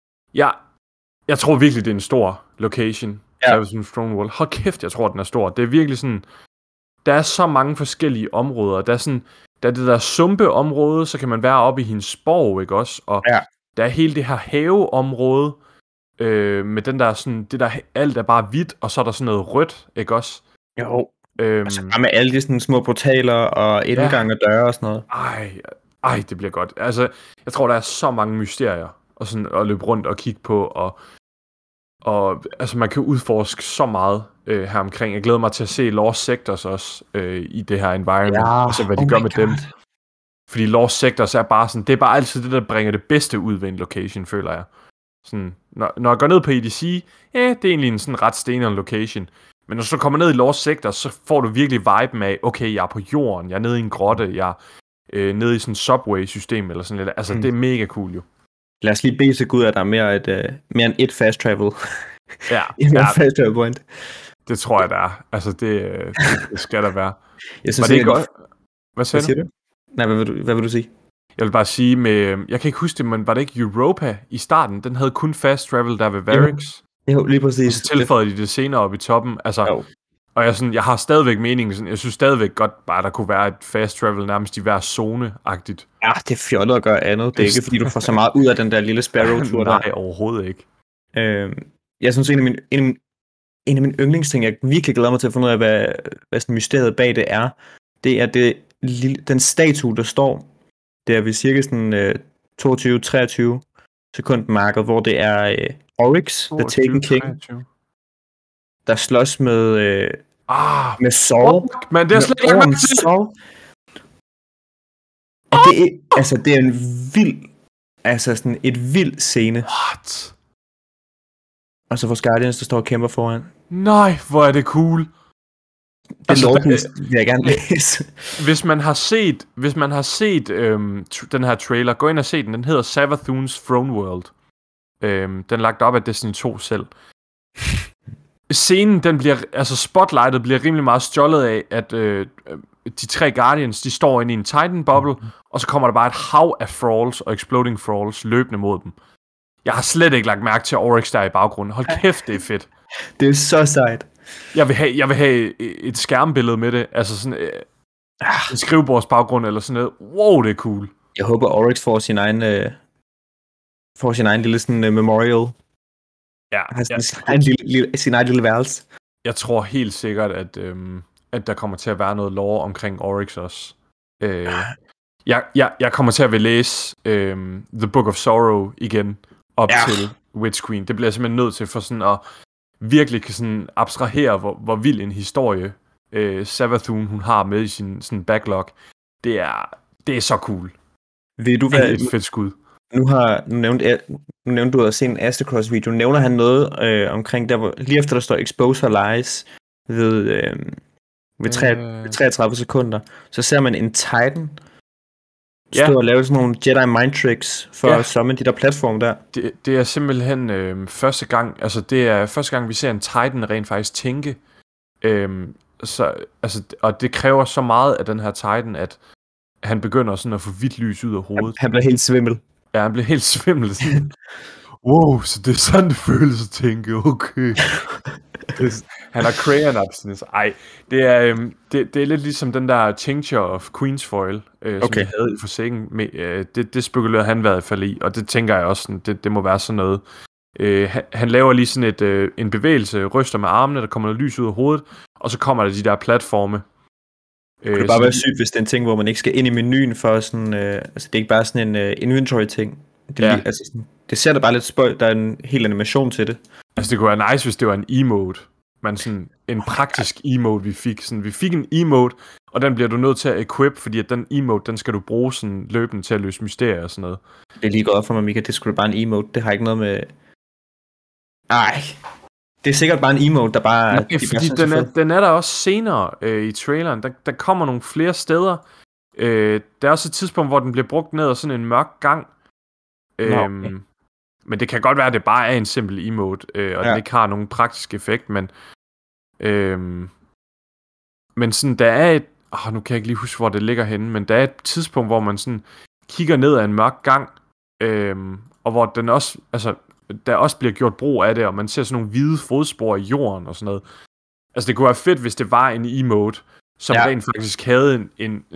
jeg tror virkelig, det er en stor location. Ja. Throne World. Hold kæft, jeg tror, den er stor. Det er virkelig sådan, der er så mange forskellige områder. Der er det der sumpeområde, så kan man være oppe i hendes borg, ikke også? Og der er hele det her haveområde, med den der sådan, det der, alt er bare hvidt, og så er der sådan noget rødt, ikke også? Jo. Altså bare med alle de sådan små portaler og indgang og døre og sådan noget. Ej, det bliver godt. Altså, jeg tror, der er så mange mysterier og sådan at løbe rundt og kigge på, og altså, man kan udforske så meget her omkring. Jeg glæder mig til at se Lost Sectors også i det her environment, og så hvad de gør med dem. Fordi Lost Sectors er bare sådan, det er bare altid det, der bringer det bedste ud ved en location, føler jeg. Sådan, når jeg går ned på EDC, det er egentlig en sådan ret steneren location. Men når du så kommer ned i Lost Sectors, så får du virkelig viben af, okay, jeg er på jorden, jeg er nede i en grotte, jeg er nede i sådan et subway-system eller sådan lidt. Altså, det er mega cool jo. Lad os lige bede sig ud, at der er mere end et fast travel. Ja. Fast travel point. Det tror jeg, der er. Altså, det skal der være. Jeg synes, det er godt. Hvad siger du? Nej, hvad vil du sige? Jeg vil bare sige med... Jeg kan ikke huske det, men var det ikke Europa i starten? Den havde kun fast travel der ved Varix. Jo, lige præcis. Og så tilføjede de det senere op i toppen. Altså, og jeg har stadigvæk meningen, sådan, jeg synes stadigvæk godt bare, der kunne være et fast travel nærmest i hver zone-agtigt. Ja, det er fjollet at gøre andet. Det er ikke, fordi du får så meget ud af den der lille Sparrow-tur der. Nej, overhovedet ikke. Jeg synes, en af mine yndlingsting, jeg virkelig glæder mig til at finde ud af, hvad sådan mysteriet bag det er den statue, der står der ved cirka sådan 22-23 sekundmarket, hvor det er Oryx, The Taken King, 23. Der slås med Saul. Men det er slet ikke med Saul. Det er en vild, altså sådan et vild scene. What? Og så får Guardians, der står og kæmper foran. Nej, hvor er det cool. Det vil jeg gerne læse. Hvis man har set den her trailer, gå ind og se den. Den hedder Savathun's Throne World. Den er lagt op af Destiny 2 selv. Scenen, spotlightet bliver rimelig meget stjålet af, at de 3 Guardians, de står inde i en Titan bubble, og så kommer der bare et hav af Thralls og Exploding Thralls løbende mod dem. Jeg har slet ikke lagt mærke til Oryx der i baggrunden. Hold kæft, det er fedt. Det er så sejt. Jeg vil have et skærmbillede med det. Altså sådan en skrivebordsbaggrund eller sådan noget. Wow, det er cool. Jeg håber, Oryx får sin egen lille sådan memorial. Ja. Sin egen lille værelse. Jeg tror helt sikkert, at der kommer til at være noget lore omkring Oryx også. Jeg kommer til at vil læse The Book of Sorrow igen op til Witch Queen. Det bliver jeg simpelthen nødt til for sådan at virkelig kan sådan abstrahere, hvor vild en historie Savathun hun har med i sin sådan backlog. Det er så cool. Ved du hvad? Det er et fedt skud. Nu nævnte du at se en Astacross video. Nævner han noget omkring der, hvor lige efter der står Expose Her Lies ved 33 sekunder, så ser man en Titan stå og lave sådan nogle Jedi mind tricks for at summon de der platforme der. Det er simpelthen første gang, altså det er første gang vi ser en Titan rent faktisk tænke. Og det kræver så meget af den her Titan, at han begynder sådan at få hvidt lys ud af hovedet. Han bliver helt svimmel. Ja, han bliver helt svimmel. Wow, så det er sådan, det føles at tænke, okay. Han har crayon abstinence. Ej, det er lidt ligesom den der Tincture of Queen's Foil, som vi havde i Forsaken. Det spekulerede han i hvert fald i, og det tænker jeg også, det må være sådan noget. Han laver lige sådan en bevægelse, ryster med armene, der kommer noget lys ud af hovedet, og så kommer der de der platforme. Det kunne bare være sygt, hvis det er en ting, hvor man ikke skal ind i menuen for sådan, altså det er ikke bare sådan en inventory-ting. Altså sådan, det ser da bare lidt spøjt, der er en hel animation til det. Altså det kunne være nice, hvis det var en emote. Men sådan en praktisk emote, vi fik. Sådan, vi fik en emote, og den bliver du nødt til at equip, fordi at den emote, den skal du bruge sådan løbende til at løse mysterier og sådan noget. Det er lige gået op for mig, Mika. Det skulle bare en emote. Det har ikke noget med... Ej, det er sikkert bare en emote, der bare... Okay, fordi den er der også senere i traileren. Der kommer nogle flere steder. Der er også et tidspunkt, hvor den bliver brugt ned ad sådan en mørk gang. Okay. Men det kan godt være, at det bare er en simpel emote, og den ikke har nogen praktisk effekt, men sådan, der er et... nu kan jeg ikke lige huske, hvor det ligger henne, men der er et tidspunkt, hvor man sådan kigger ned ad en mørk gang, og hvor den også, altså, der også bliver gjort brug af det, og man ser sådan nogle hvide fodspor i jorden og sådan noget. Altså, det kunne være fedt, hvis det var en emote, som rent faktisk havde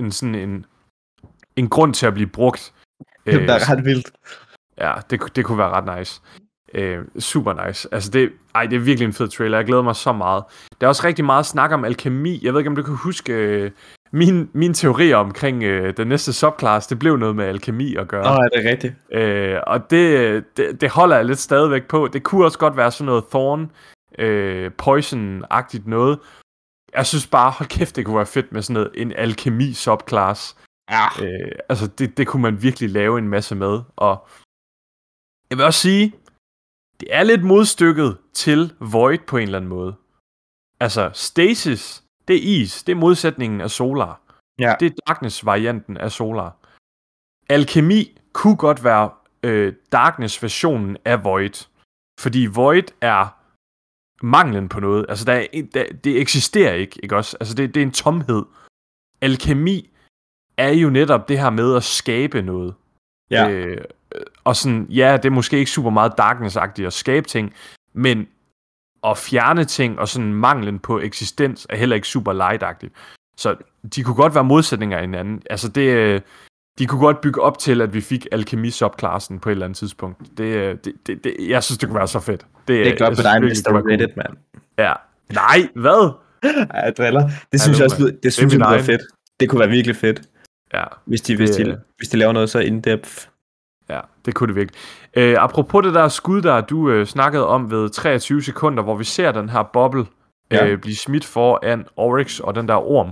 en grund til at blive brugt. Det er ret vildt. Ja, det kunne være ret nice. Super nice. Altså det er virkelig en fed trailer. Jeg glæder mig så meget. Der er også rigtig meget snak om alkemi. Jeg ved ikke, om du kan huske min teori omkring den næste subclass. Det blev noget med alkemi at gøre. Er det rigtigt? Og det holder jeg lidt stadigvæk på. Det kunne også godt være sådan noget thorn, poison-agtigt noget. Jeg synes bare, hold kæft, det kunne være fedt med sådan noget, en alkemi subclass. Ja. Altså det kunne man virkelig lave en masse med. Og jeg vil også sige, det er lidt modstykket til Void på en eller anden måde. Altså, Stasis, det er is. Det er modsætningen af Solar. Ja. Det er Darkness-varianten af Solar. Alkemi kunne godt være Darkness-versionen af Void. Fordi Void er manglen på noget. Altså, det eksisterer ikke også? Altså, det er en tomhed. Alkemi er jo netop det her med at skabe noget. Ja. Og sådan, ja, det er måske ikke super meget darkness-agtigt at skabe ting, men at fjerne ting og sådan manglen på eksistens er heller ikke super light-agtigt. Så de kunne godt være modsætninger af hinanden. Altså de kunne godt bygge op til, at vi fik alkemi-subklassen på et eller andet tidspunkt. Jeg synes, det kunne være så fedt. Det er godt på dig, Mr. Reddit, mand. Ja. Nej, hvad? Jeg driller. Det synes jeg også, det synes jeg er fedt. Det kunne være virkelig fedt. Ja. Hvis de laver noget så in-depth. Ja, det kunne det virkelig. Apropos det der skud, der du snakkede om ved 23 sekunder, hvor vi ser den her boble blive smidt foran Oryx og den der orm.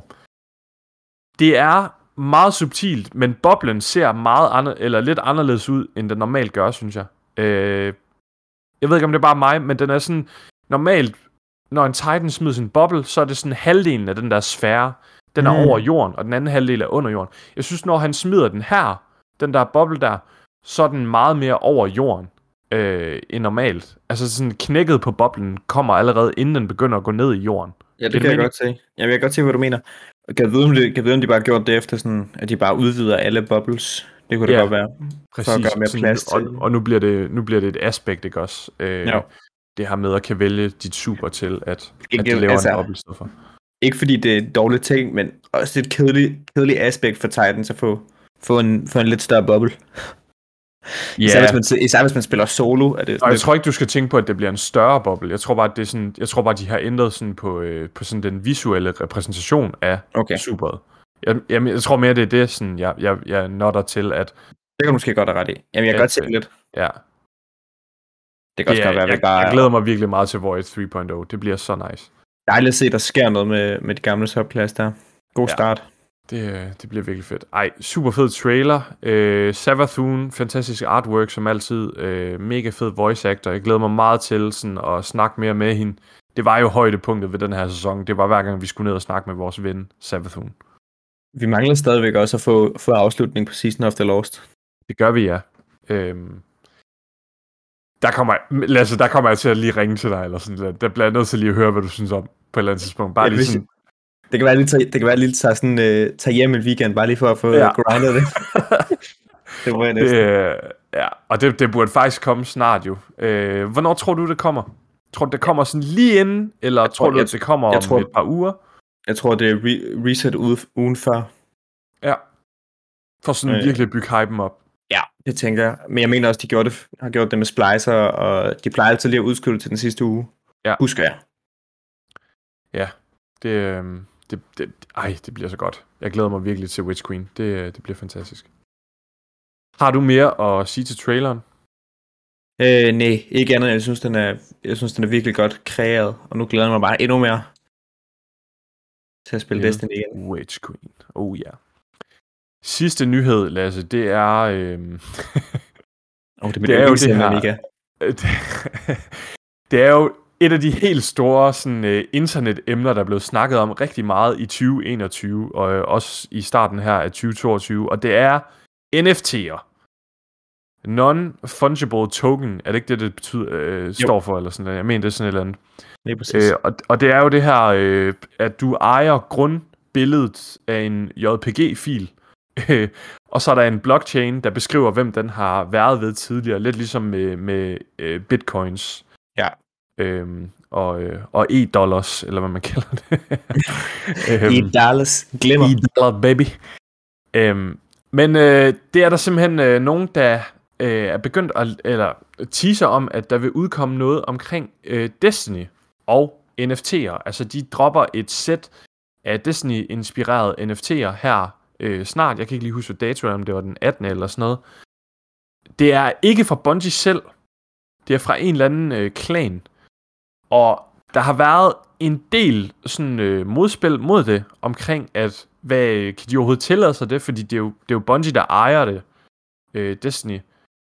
Det er meget subtilt, men boblen ser lidt anderledes ud, end den normalt gør, synes jeg. Jeg ved ikke, om det er bare mig, men den er sådan... Normalt, når en Titan smider sin boble, så er det sådan halvdelen af den der sfære. Den er over jorden, og den anden halvdel er under jorden. Jeg synes, når han smider den her, den der boble der, så er den meget mere over jorden end normalt. Altså sådan knækket på boblen kommer allerede, inden den begynder at gå ned i jorden. Ja, det kan jeg godt se. Jeg vil godt se, hvad du mener. Kan jeg vide, om de bare har gjort det efter sådan, at de bare udvider alle bubbles? Det kunne det godt være. Præcis. For at gøre mere plads til. Og nu bliver det et aspekt, ikke også? Det her med at kan vælge dit super til, at det laver en bubble-stoffer. Ikke fordi det er et dårligt ting, men også et kedeligt aspekt for Titans at få en lidt større bubble. Især hvis man spiller solo. Jeg tror ikke, du skal tænke på, at det bliver en større boble. Jeg tror bare, at det er sådan, de har ændret sådan på sådan den visuelle repræsentation af superet. Jeg tror mere, det er det, sådan, jeg notter til, at... Det kan du måske godt have ret i. Jamen, jeg kan godt se lidt. Ja. Det kan også godt være, jeg glæder mig virkelig meget til Void 3.0. Det bliver så nice. Dejligt at se, der sker noget med de gamle subclass der. God start. Det bliver virkelig fedt. Super fed trailer. Savathun, fantastisk artwork som altid. Mega fed voice actor. Jeg glæder mig meget til sådan at snakke mere med hende. Det var jo højdepunktet ved den her sæson. Det var hver gang, vi skulle ned og snakke med vores ven, Savathun. Vi mangler stadigvæk også at få afslutning på Season of the Lost. Det gør vi, ja. Der kommer jeg til at lige ringe til dig, eller sådan. Der bliver jeg nødt til lige at høre, hvad du synes om på et eller andet tidspunkt. Bare lige sådan... Det kan være lidt tage hjem en weekend, bare lige for at få grindet det. Det må jeg næsten. Ja, og det burde faktisk komme snart jo. Hvornår tror du, det kommer? Tror du, det kommer sådan lige inden, eller tror du, at det kommer om et par uger? Jeg tror, det er reset ugen før. Ja. For sådan virkelig bygge hypen op. Ja, det tænker jeg. Men jeg mener også, de har gjort det med splicer, og de plejer altid lige at udskyde det til den sidste uge. Ja. Husker jeg. Ja, det bliver så godt. Jeg glæder mig virkelig til Witch Queen. Det bliver fantastisk. Har du mere at sige til traileren? Nej, ikke andet. Jeg synes, den er virkelig godt kreeret, og nu glæder jeg mig bare endnu mere til at spille Destiny igen. Witch Queen. Oh ja. Yeah. Sidste nyhed, Lasse, det er... det er jo det her... det er jo et af de helt store sådan, internetemner, der er blevet snakket om rigtig meget i 2021, og også i starten her af 2022, og det er NFT'er. Non-fungible token, er det ikke det betyder, står for, eller sådan noget? Jeg mener, det er sådan et eller andet. Det er præcis. Og det er jo det her, at du ejer grundbilledet af en JPG-fil, og så er der en blockchain, der beskriver, hvem den har været ved tidligere, lidt ligesom med bitcoins. Ja. Og e-dollars, eller hvad man kalder det. E-dollars, glimmer. E-dollar, baby. Men det er der simpelthen nogen, der er begyndt at teaser om, at der vil udkomme noget omkring Destiny og NFT'er. Altså, de dropper et sæt af Destiny-inspirerede NFT'er her snart. Jeg kan ikke lige huske, hvad dato er, om det var den 18. eller sådan noget. Det er ikke fra Bungie selv. Det er fra en eller anden klan. Og der har været en del sådan modspil mod det, omkring at, hvad kan de overhovedet tillade sig det, fordi det er jo Bungie, der ejer det, Destiny.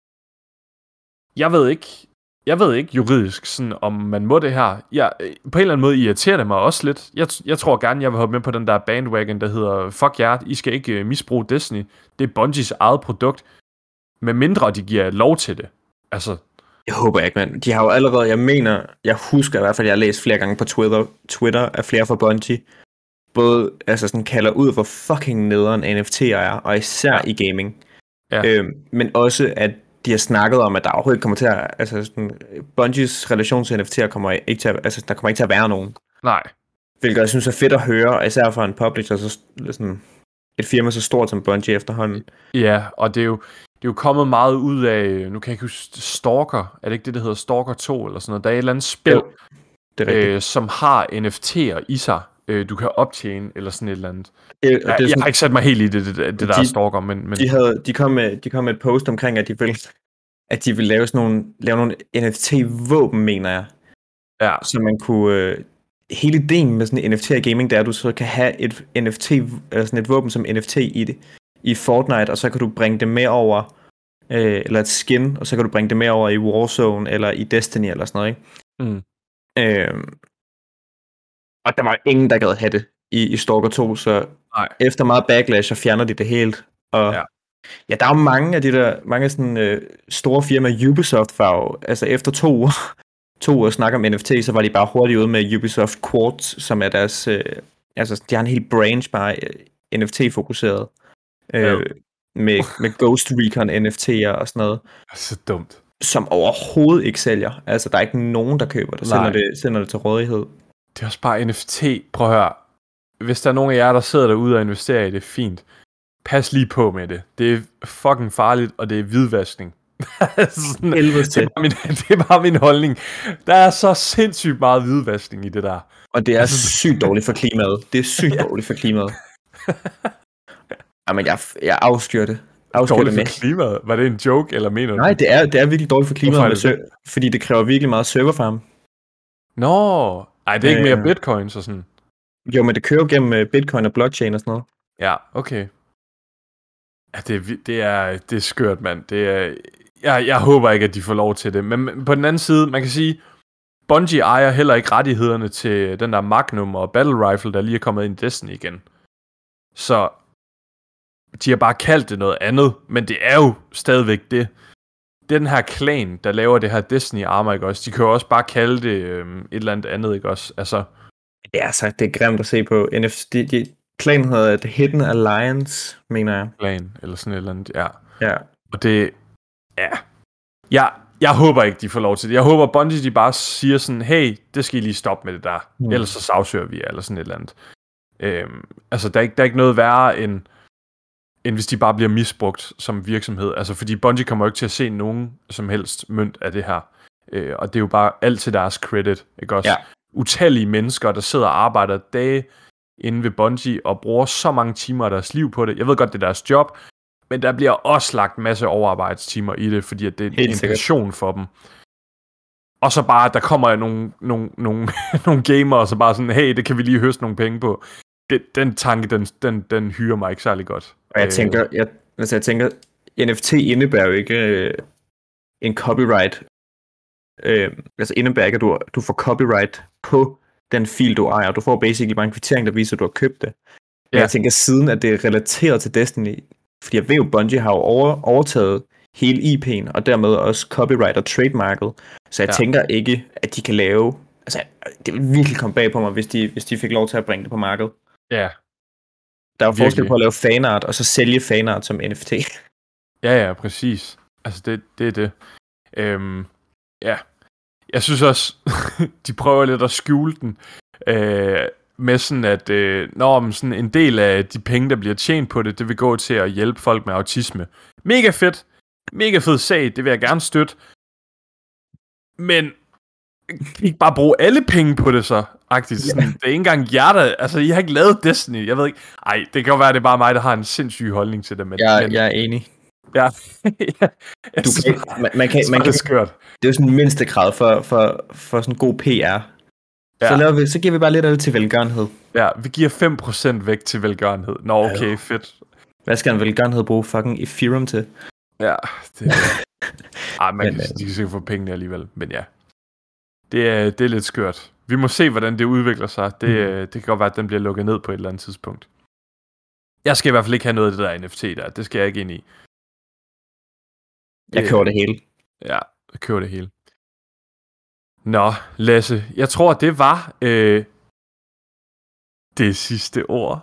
Jeg ved ikke juridisk, sådan, om man må det her. På en eller anden måde irriterer det mig også lidt. Jeg tror gerne, jeg vil hoppe med på den der bandwagon, der hedder, fuck jer, I skal ikke misbruge Destiny. Det er Bungies eget produkt, med mindre de giver lov til det. Altså... Jeg håber ikke, mand. De har jo allerede, jeg husker i hvert fald, jeg har læst flere gange på Twitter af flere fra Bungie, både altså sådan kalder ud, hvor fucking nederen NFT'er er, og især i gaming. Ja. Men også, at de har snakket om, at der overhovedet ikke kommer til at, altså sådan, Bungies relation til NFT'er kommer ikke til at, altså der kommer ikke til at være nogen. Nej. Hvilket jeg synes er fedt at høre, især for en publisher, så sådan et firma så stort som Bungie efterhånden. Ja, og det er jo kommet meget ud af, nu kan jeg ikke huske, Stalker, er det ikke det, der hedder Stalker 2 eller sådan noget? Der er et eller andet spil, som har NFT'er i sig, du kan optjene, eller sådan et eller andet. Jeg har ikke sat mig helt i det der Stalker, men... De kom med et post omkring, at de vil lave nogle NFT-våben, mener jeg. Ja. Så man kunne... hele ideen med sådan en NFT i gaming, det er, at du så kan have et NFT, eller sådan et våben som NFT i Fortnite, og så kan du bringe det med over, eller et skin, og så kan du bringe det med over i Warzone, eller i Destiny, eller sådan noget, ikke? Mm. Og der var ingen, der gad have det i Stalker 2, så efter meget backlash, så fjerner de det helt. Og ja, der er jo mange sådan store firmaer. Ubisoft var jo, altså efter 2 uger at snakke om NFT, så var de bare hurtigt ude med Ubisoft Quartz, som er deres, altså de har en hel branch bare NFT-fokuseret. Med Ghost Recon NFT'er og sådan noget. Så dumt. Som overhovedet ikke sælger. Altså, der er ikke nogen, der køber det, sender det til rådighed. Det er også bare NFT. Prøv at høre. Hvis der er nogen af jer, der sidder derude og investerer i det, fint. Pas lige på med det. Det er fucking farligt, og det er hvidvaskning. Sådan, det er bare min holdning. Der er så sindssygt meget hvidvaskning i det der. Og det er sygt dårligt for klimaet. Det er sygt dårligt for klimaet. Jamen, jeg afskyer det. Dårligt for klimaet? Var det en joke, eller mener du? Nej, det er virkelig dårligt for klimaet, fordi det kræver virkelig meget serverfarm. Nå, ej, det er ikke mere bitcoins og sådan. Jo, men det kører gennem bitcoin og blockchain og sådan noget. Ja, okay. Ja, det er skørt, mand. Jeg håber ikke, at de får lov til det. Men på den anden side, man kan sige, Bungie ejer heller ikke rettighederne til den der Magnum og Battle Rifle, der lige er kommet ind i Destiny igen. Så de har bare kaldt det noget andet, men det er jo stadigvæk det. Det er den her klan, der laver det her Destiny armor, ikke også? De kan jo også bare kalde det et eller andet, ikke også? Altså... Ja, så det er grimt at se på. Klanen hedder The Hidden Alliance, mener jeg. Klan, eller sådan et eller andet, ja. Ja. Og det... Jeg håber ikke, de får lov til det. Jeg håber, Bungie de bare siger sådan, hey, det skal I lige stoppe med det der. Ellers så sagsøger vi, eller sådan et eller andet. Altså, der er ikke noget værre, end hvis de bare bliver misbrugt som virksomhed. Altså, fordi Bungie kommer jo ikke til at se nogen som helst mønt af det her. Og det er jo bare alt til deres credit, ikke også? Ja. Utallige mennesker, der sidder og arbejder dage inde ved Bungie, og bruger så mange timer af deres liv på det. Jeg ved godt, det er deres job, men der bliver også lagt en masse overarbejdstimer i det, fordi at det er en passion for dem. Og så bare, der kommer nogle gamere, og så bare sådan, hey, det kan vi lige høste nogle penge på. Den tanke, den hyrer mig ikke særlig godt. Og jeg tænker, NFT indebærer jo ikke en copyright. Altså indebærer ikke, at du får copyright på den fil, du ejer. Du får basically bare en kvittering, der viser, at du har købt det. Men jeg tænker, siden at det er relateret til Destiny, fordi jeg ved jo, Bungie har jo overtaget hele IP'en, og dermed også copyright og trademarket. Så jeg tænker ikke, at de kan lave... Altså, det vil virkelig komme bag på mig, hvis de fik lov til at bringe det på markedet. Ja. Der er jo forskel på at lave fanart, og så sælge fanart som NFT. Ja, præcis. Altså, det er det. Ja. Jeg synes også, de prøver lidt at skjule den. Med sådan, at sådan en del af de penge, der bliver tjent på det vil gå til at hjælpe folk med autisme. Mega fedt. Mega fed sag. Det vil jeg gerne støtte. Men kan I ikke bare bruge alle penge på det så? Sådan, det er ikke engang hjertet. Altså, I har ikke lavet Destiny. Jeg ved ikke. Ej, det kan jo være, at det er bare mig, der har en sindssyg holdning til det. Men, jeg er enig. Ja. Man kan, det er jo sådan en mindste krav for sådan god PR. Ja. Så giver vi bare lidt af det til velgørenhed. Ja, vi giver 5% væk til velgørenhed. Nå, okay, fedt. Hvad skal en velgørenhed bruge fucking Ethereum til? Ja, det de kan sikkert få pengene alligevel, men ja. Det er lidt skørt. Vi må se, hvordan det udvikler sig. Det kan godt være, at den bliver lukket ned på et eller andet tidspunkt. Jeg skal i hvert fald ikke have noget af det der NFT der. Det skal jeg ikke ind i. Jeg køber det hele. Ja, jeg køber det hele. Nå, Lasse. Jeg tror, det var det sidste ord.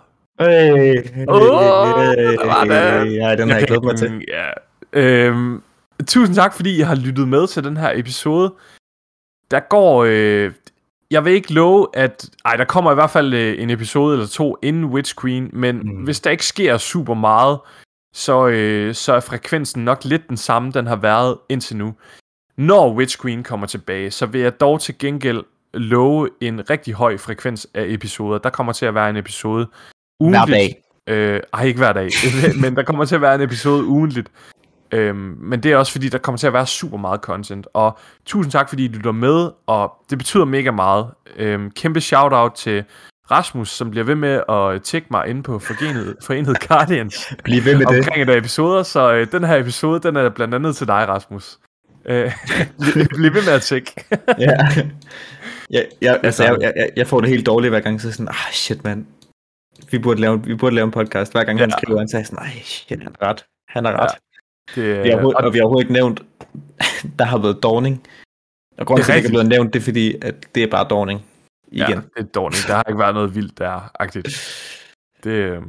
Der var det. Ja, den har jeg glædet mig til. Ja. Tusind tak, fordi I har lyttet med til den her episode. Der går... jeg vil ikke love, at... der kommer i hvert fald en episode eller to inden Witch Queen, men hvis der ikke sker super meget, så er frekvensen nok lidt den samme, den har været indtil nu. Når Witch Queen kommer tilbage, så vil jeg dog til gengæld love en rigtig høj frekvens af episoder. Der kommer til at være en episode ugentligt. Hver dag. Ikke hver dag, men der kommer til at være en episode ugentligt. Men det er også fordi, der kommer til at være super meget content. Og tusind tak, fordi I lytter med, og det betyder mega meget. Kæmpe shout-out til Rasmus, som bliver ved med at tagge mig inde på Forenet Guardians. Bliv ved med det. Omkring et episode, så den her episode, den er blandt andet til dig, Rasmus. Bliv ved med at tagge. Jeg får det helt dårligt hver gang, så sådan, shit mand. Vi burde lave en podcast. Hver gang han skriver, han sagde sådan, shit, han har ret. Vi har overhovedet ikke nævnt, der har været dawning. Og grunden til, at det ikke er blevet nævnt, det er fordi, at det er bare dawning. Igen. Ja, det er dawning. Der har ikke været noget vildt der-agtigt. Det,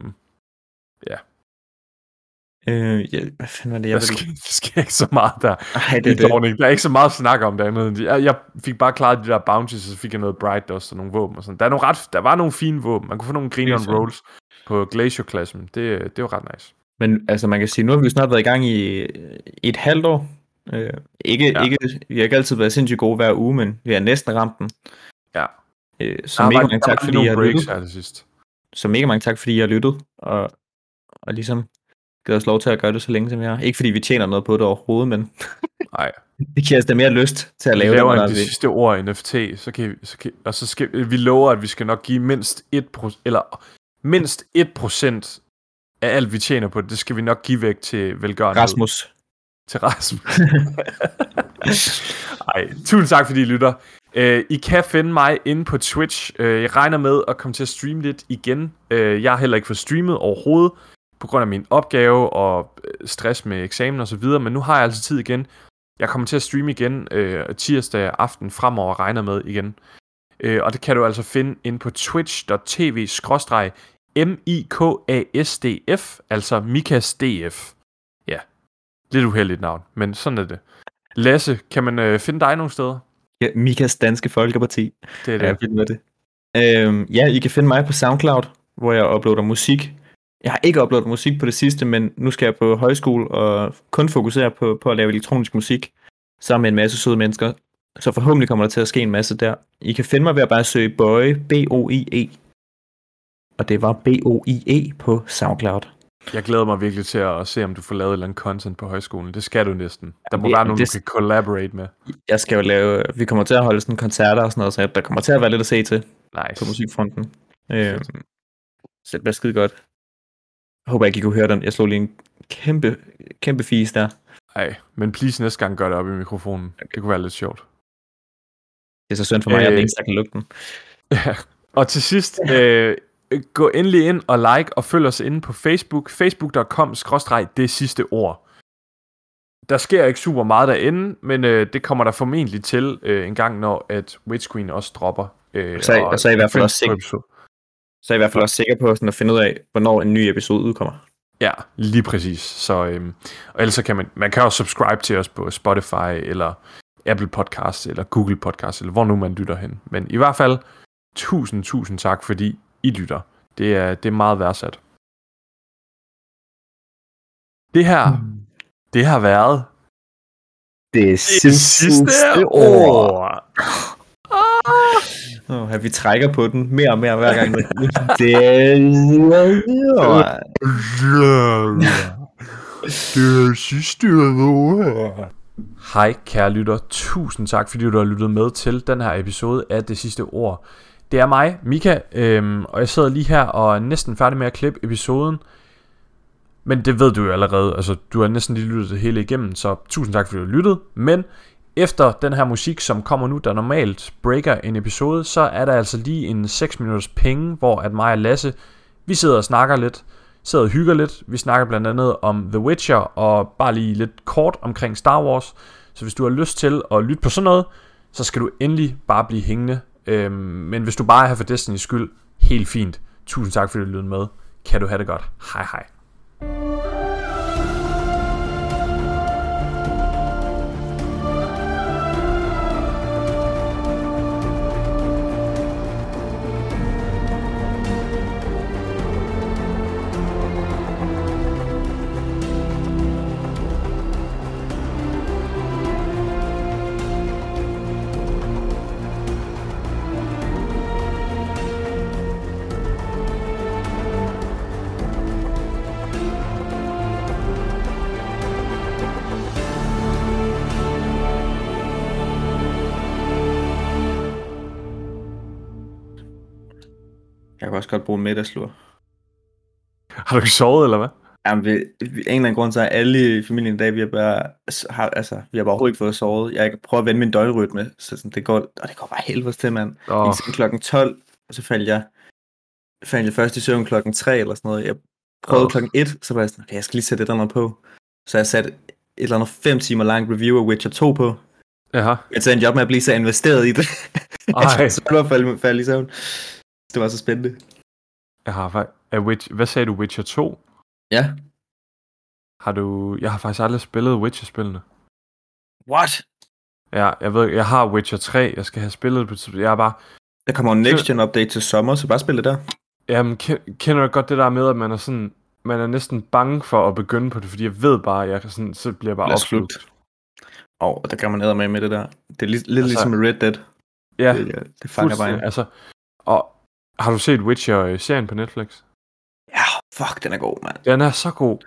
hvad fanden var det, der sker ikke så meget der. Dawning. Der er ikke så meget at snakke om der. Jeg fik bare klaret de der bounties, og så fik jeg noget Bright Dust og nogle våben og sådan. Der var nogle fine våben. Man kunne få nogle green on rolls på Glacier-klassen. Det var ret nice. Men altså, man kan sige, nu har vi jo snart været i gang i et halvt år. Vi har ikke altid været sindssygt gode hver uge, men vi har næsten ramt den. Ja. Så mega mange tak, fordi I har lyttet. Så mega mange tak, fordi I har lyttet, og ligesom givet os lov til at gøre det så længe, som jeg har. Ikke fordi vi tjener noget på det overhovedet, men nej. Det giver os da mere lyst til at lave det. Vi laver det sidste ord NFT, og så skal vi lover, at vi skal nok give mindst 1% af alt, vi tjener på det, skal vi nok give væk til velgørenhed. Rasmus. Til Rasmus. Tusind tak, fordi I lytter. I kan finde mig inde på Twitch. Jeg regner med at komme til at streame lidt igen. Jeg har heller ikke fået streamet overhovedet, på grund af min opgave og stress med eksamen og så videre, men nu har jeg altså tid igen. Jeg kommer til at streame igen tirsdag aften fremover, regner med igen. Og det kan du altså finde inde på twitch.tv/MIKASDF, altså MikasDF. Ja, Lidt uheldigt navn, men sådan er det. Lasse, kan man finde dig nogle steder? Ja, Mikas Danske Folkeparti. Det er det. Ja, vildt med det. Ja, I kan finde mig på SoundCloud, hvor jeg uploader musik. Jeg har ikke uploadet musik på det sidste, men nu skal jeg på højskole og kun fokusere på at lave elektronisk musik sammen med en masse søde mennesker. Så forhåbentlig kommer der til at ske en masse der. I kan finde mig ved at bare søge Boie, B-O-I-E. Og det var B-O-I-E på SoundCloud. Jeg glæder mig virkelig til at se, om du får lavet et eller andet content på højskolen. Det skal du næsten. Der må være nogen, du kan collaborate med. Jeg skal jo lave... Vi kommer til at holde sådan koncerter og sådan noget, så der kommer til at være lidt at se til på musikfronten. Så det bliver skide godt. Jeg håber ikke, I kunne høre den. Jeg slog lige en kæmpe fis der. Ej, men please næste gang gør det op i mikrofonen. Okay. Det kunne være lidt sjovt. Det er så synd for mig, at jeg ikke kan lugte den. Ja. Og til sidst, gå endelig ind og like og følg os inde på Facebook. Facebook.com/det sidste ord. Der sker ikke super meget derinde, men det kommer der formentlig til en gang, når at Witch Queen også dropper. Så er I hvert fald også sikker. Så er I hvert fald også sikker på sådan at finde ud af, hvornår en ny episode udkommer. Ja, lige præcis. Så, og ellers så kan man kan også subscribe til os på Spotify, eller Apple Podcasts, eller Google Podcasts, eller hvor nu man lytter hen. Men i hvert fald, tusind tak, fordi I lytter. Det er meget værdsat. Det har været det sidste ord. Vi trækker på den mere og mere hver gang. Det sidste ord. Hej kære lytter, tusind tak fordi du har lyttet med til den her episode af Det Sidste Ord. Det er mig, Mika, og jeg sidder lige her og er næsten færdig med at klippe episoden. Men det ved du jo allerede, altså du har næsten lige lyttet det hele igennem, så tusind tak fordi du har lyttet. Men efter den her musik, som kommer nu, der normalt breaker en episode, så er der altså lige en 6 minutters penge, hvor at mig og Lasse, vi sidder og snakker lidt, sidder og hygger lidt. Vi snakker blandt andet om The Witcher, og bare lige lidt kort omkring Star Wars. Så hvis du har lyst til at lytte på sådan noget, så skal du endelig bare blive hængende. Men hvis du bare er her for Destiny's skyld, helt fint. Tusind tak fordi du lyttede med. Kan du have det godt. Hej hej. Jeg kan også godt bruge en middagslur. Har du ikke sovet, eller hvad? Jamen, en eller anden grund så er alle i familien i dag, vi har bare overhovedet ikke fået sovet. Jeg kan prøve at vende min døgnrytme, så sådan, det går bare helvedes til, mand. Klokken 12, og så faldt jeg først i søvn klokken 3 eller sådan noget. Jeg prøvede klokken 1, så var jeg sådan, okay, jeg skal lige sætte et eller andet på. Så jeg satte et eller andet 5 timer langt review af Witcher 2 på. Jaha. Jeg tager en job med at blive så investeret i det. Så jeg var faldet i søvn. Det var så spændende. Hvad sagde du, Witcher 2? Ja. Jeg har faktisk aldrig spillet Witcher-spillene. What? Ja, jeg har Witcher 3, jeg skal have spillet på. Jeg er bare... Der kommer en next gen update til sommer, så bare spil det der. Jamen, kender du godt det der med, at man er næsten bange for at begynde på det, fordi jeg ved bare, så bliver jeg bare opslugt. Der kan man med det der. Det er lidt ligesom Red Dead. Ja. Det fanger bare. Altså, og har du set Witcher-serien på Netflix? Ja, fuck, den er god, mand. Den er så god.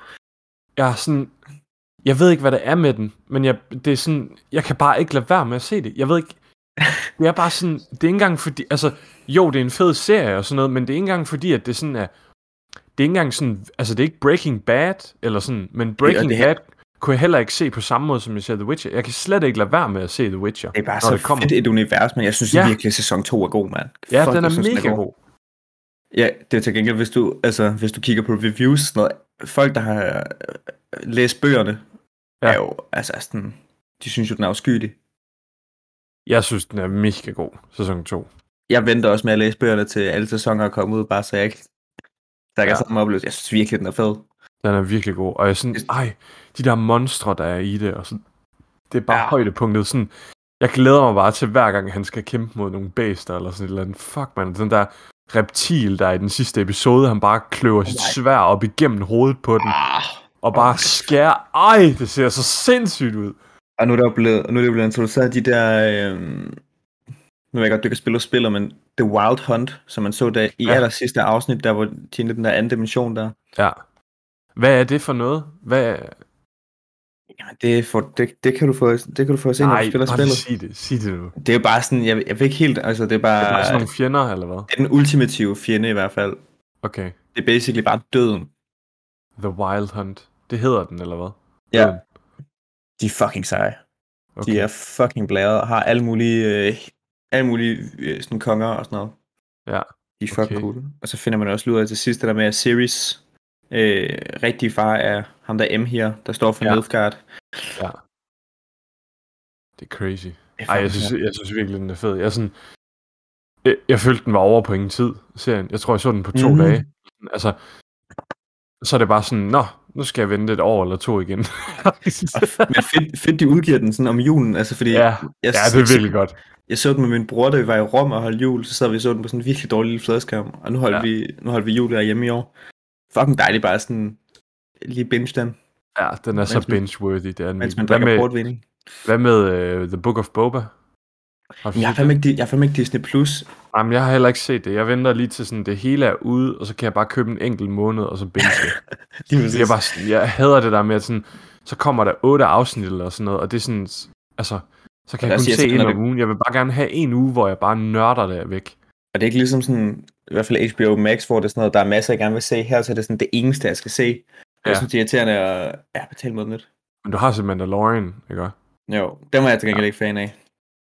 Jeg ved ikke, hvad det er med den, men det er sådan, jeg kan bare ikke lade være med at se det. Jeg ved ikke, det er bare sådan, det er ikke engang fordi, altså, jo, det er en fed serie og sådan noget, men det er ikke engang fordi, at det sådan er, det er ikke engang sådan, altså det er ikke Breaking Bad, eller sådan, men Breaking Bad kunne jeg heller ikke se på samme måde, som jeg ser The Witcher. Jeg kan slet ikke lade være med at se The Witcher. Det er bare så fedt et univers, men jeg synes virkelig, at sæson 2 er god, mand. Ja, den er mega god. Ja, det er til gengæld, hvis du kigger på reviews, sådan noget, folk, der har læst bøgerne, er jo, altså sådan, de synes jo, den er afskyelig. Jeg synes, den er mega god, sæson 2. Jeg venter også med at læse bøgerne til alle sæsoner er kommet ud, bare så jeg ikke sammen oplevelse. Jeg synes virkelig, den er fed. Den er virkelig god. Og jeg er sådan, de der monstre, der er i det, og sådan, det er bare højdepunktet. Sådan, jeg glæder mig bare til hver gang, han skal kæmpe mod nogle bæster, eller sådan et eller andet. Fuck, man. Den der reptil, der i den sidste episode, han bare kløver sit sværd op igennem hovedet på den. Og bare skærer. Det ser så sindssygt ud. Og nu er det blevet introduceret de der... nu ved jeg godt, du kan spille og spiller, men The Wild Hunt, som man så der i aller sidste afsnit, der hvor de er den der anden dimension der. Ja. Hvad er det for noget? Jamen, det kan du få at se, når du spiller spillet. Nej, sig det nu. Det er jo bare sådan, jeg ved ikke helt, altså det er bare... Det er bare sådan nogle fjender, eller hvad? Det er den ultimative fjende i hvert fald. Okay. Det er basically bare døden. The Wild Hunt. Det hedder den, eller hvad? Ja. De er fucking seje. Okay. De er fucking blæret og har alle mulige sådan konger og sådan noget. Ja. De er fucking cool. Og så finder man også ud af til sidst, der med at Ceres rigtige far er ham der M her, der står for Nilfgaard. Ja. Det er crazy. Jeg synes virkelig, den er fed. Jeg følte, den var over på ingen tid, serien. Jeg tror, jeg så den på 2 dage. Altså, så er det bare sådan, nu skal jeg vente et år eller 2 igen. Men fedt, de udgiver den sådan om julen, altså fordi... Ja, det er virkelig godt. Jeg så den med min bror, da vi var i Rom og holdt jul, så sad vi så den på sådan en virkelig dårlig lille fladskærm, og nu holdt vi jul derhjemme i år. Fucking dejligt bare sådan, lige binge den. Ja, den er så binge-worthy. Det er mens man drikker portvin. Hvad med The Book of Boba? Jeg har fandme ikke Disney+. Jamen, jeg har heller ikke set det. Jeg venter lige til sådan, det hele er ude, og så kan jeg bare købe en enkelt måned, og så binge det. Jeg hader det der med, at sådan, så kommer der 8 afsnit eller sådan noget, og det er sådan, altså, så kan jeg kun se en om ugen. Jeg vil bare gerne have en uge, hvor jeg bare nørder det væk. Og det er ikke ligesom sådan, i hvert fald HBO Max, hvor det er sådan noget, der er masser, jeg gerne vil se. Her så er det sådan det eneste, jeg skal se. Jeg synes, det er irriterende at betale mod den lidt. Men du har simpelthen Mandalorian, ikke? Jo, den var jeg til gengæld ikke fan af.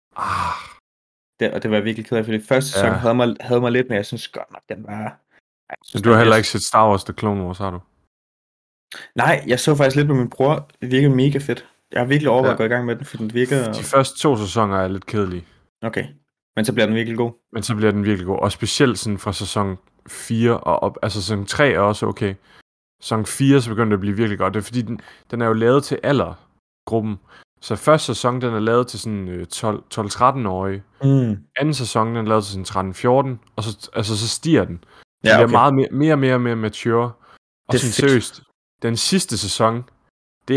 Og det var virkelig ked af, fordi første sæson havde mig lidt, men jeg synes godt nok, den var... Du har heller ikke set Star Wars The Clone Wars, har du? Nej, jeg så faktisk lidt med min bror. Det virker mega fedt. Jeg har virkelig overvejet at gå i gang med den, for den virker... De første 2 sæsoner er lidt kedelige. Okay, men så bliver den virkelig god. Og specielt sådan fra sæson 4 og op. Altså sæson 3 er også okay. Sæson 4 så begynder det at blive virkelig godt. Det er fordi, den er jo lavet til aldergruppen. Så første sæson, den er lavet til sådan 12-13-årige. Anden sæson, den er lavet til sådan 13-14. Og så stiger den. Det bliver meget mere mature. Og sådan seriøst, den sidste sæson, det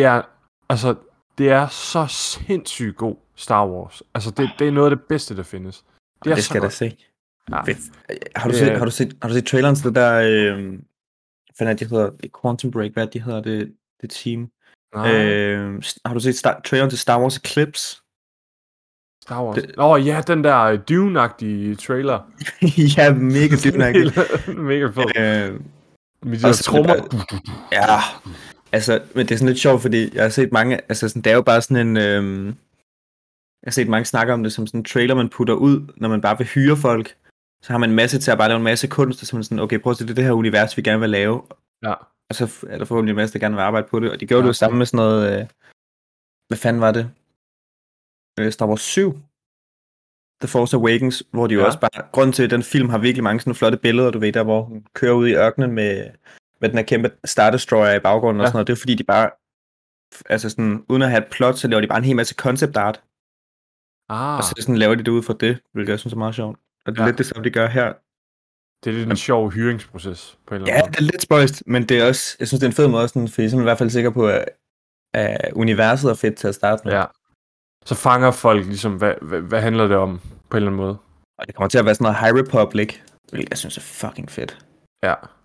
er så sindssygt god Star Wars. Altså, det er noget af det bedste, der findes. Det skal jeg da se. Ja. Har du set traileren til det der... de hedder Quantum Break, hvad de hedder det team? Har du set traileren til Star Wars Eclipse? Star Wars? Ja, den der Dune-agtige trailer. Ja, mega Dune-agtig. Mega fed. Med de der trommer. Ja, altså, men det er sådan lidt sjovt, fordi jeg har set mange, altså sådan, det er jo bare sådan en, jeg har set mange snakke om det som sådan en trailer, man putter ud, når man bare vil hyre folk. Så har man en masse til at bare lave en masse kunst, og så er man sådan, okay, prøv at se det her univers, vi gerne vil lave. Ja. Og så er der forhåbentlig en masse, der gerne vil arbejde på det, og de gjorde det jo sammen med sådan noget, hvad fanden var det? Star Wars 7. The Force Awakens, hvor de jo også bare, grunden til, at den film har virkelig mange sådan flotte billeder, du ved, der hvor hun kører ud i ørkenen med den her kæmpe Star Destroyer i baggrunden og sådan noget, det er fordi de bare, altså sådan, uden at have et plot, så laver de bare en hel masse concept art. Og så sådan laver de det ud fra det, hvilket jeg synes er meget sjovt. Og det er lidt det samme, de gør her. Det er lidt en sjov hyringsproces på en eller anden måde. Ja, det er lidt spøjst, men det er også, jeg synes, det er en fed måde, sådan, fordi jeg er i hvert fald sikker på, at universet er fedt til at starte med. Ja. Så fanger folk ligesom, hvad handler det om på en eller anden måde. Og det kommer til at være sådan noget High Republic, hvilket jeg synes er fucking fedt. Ja.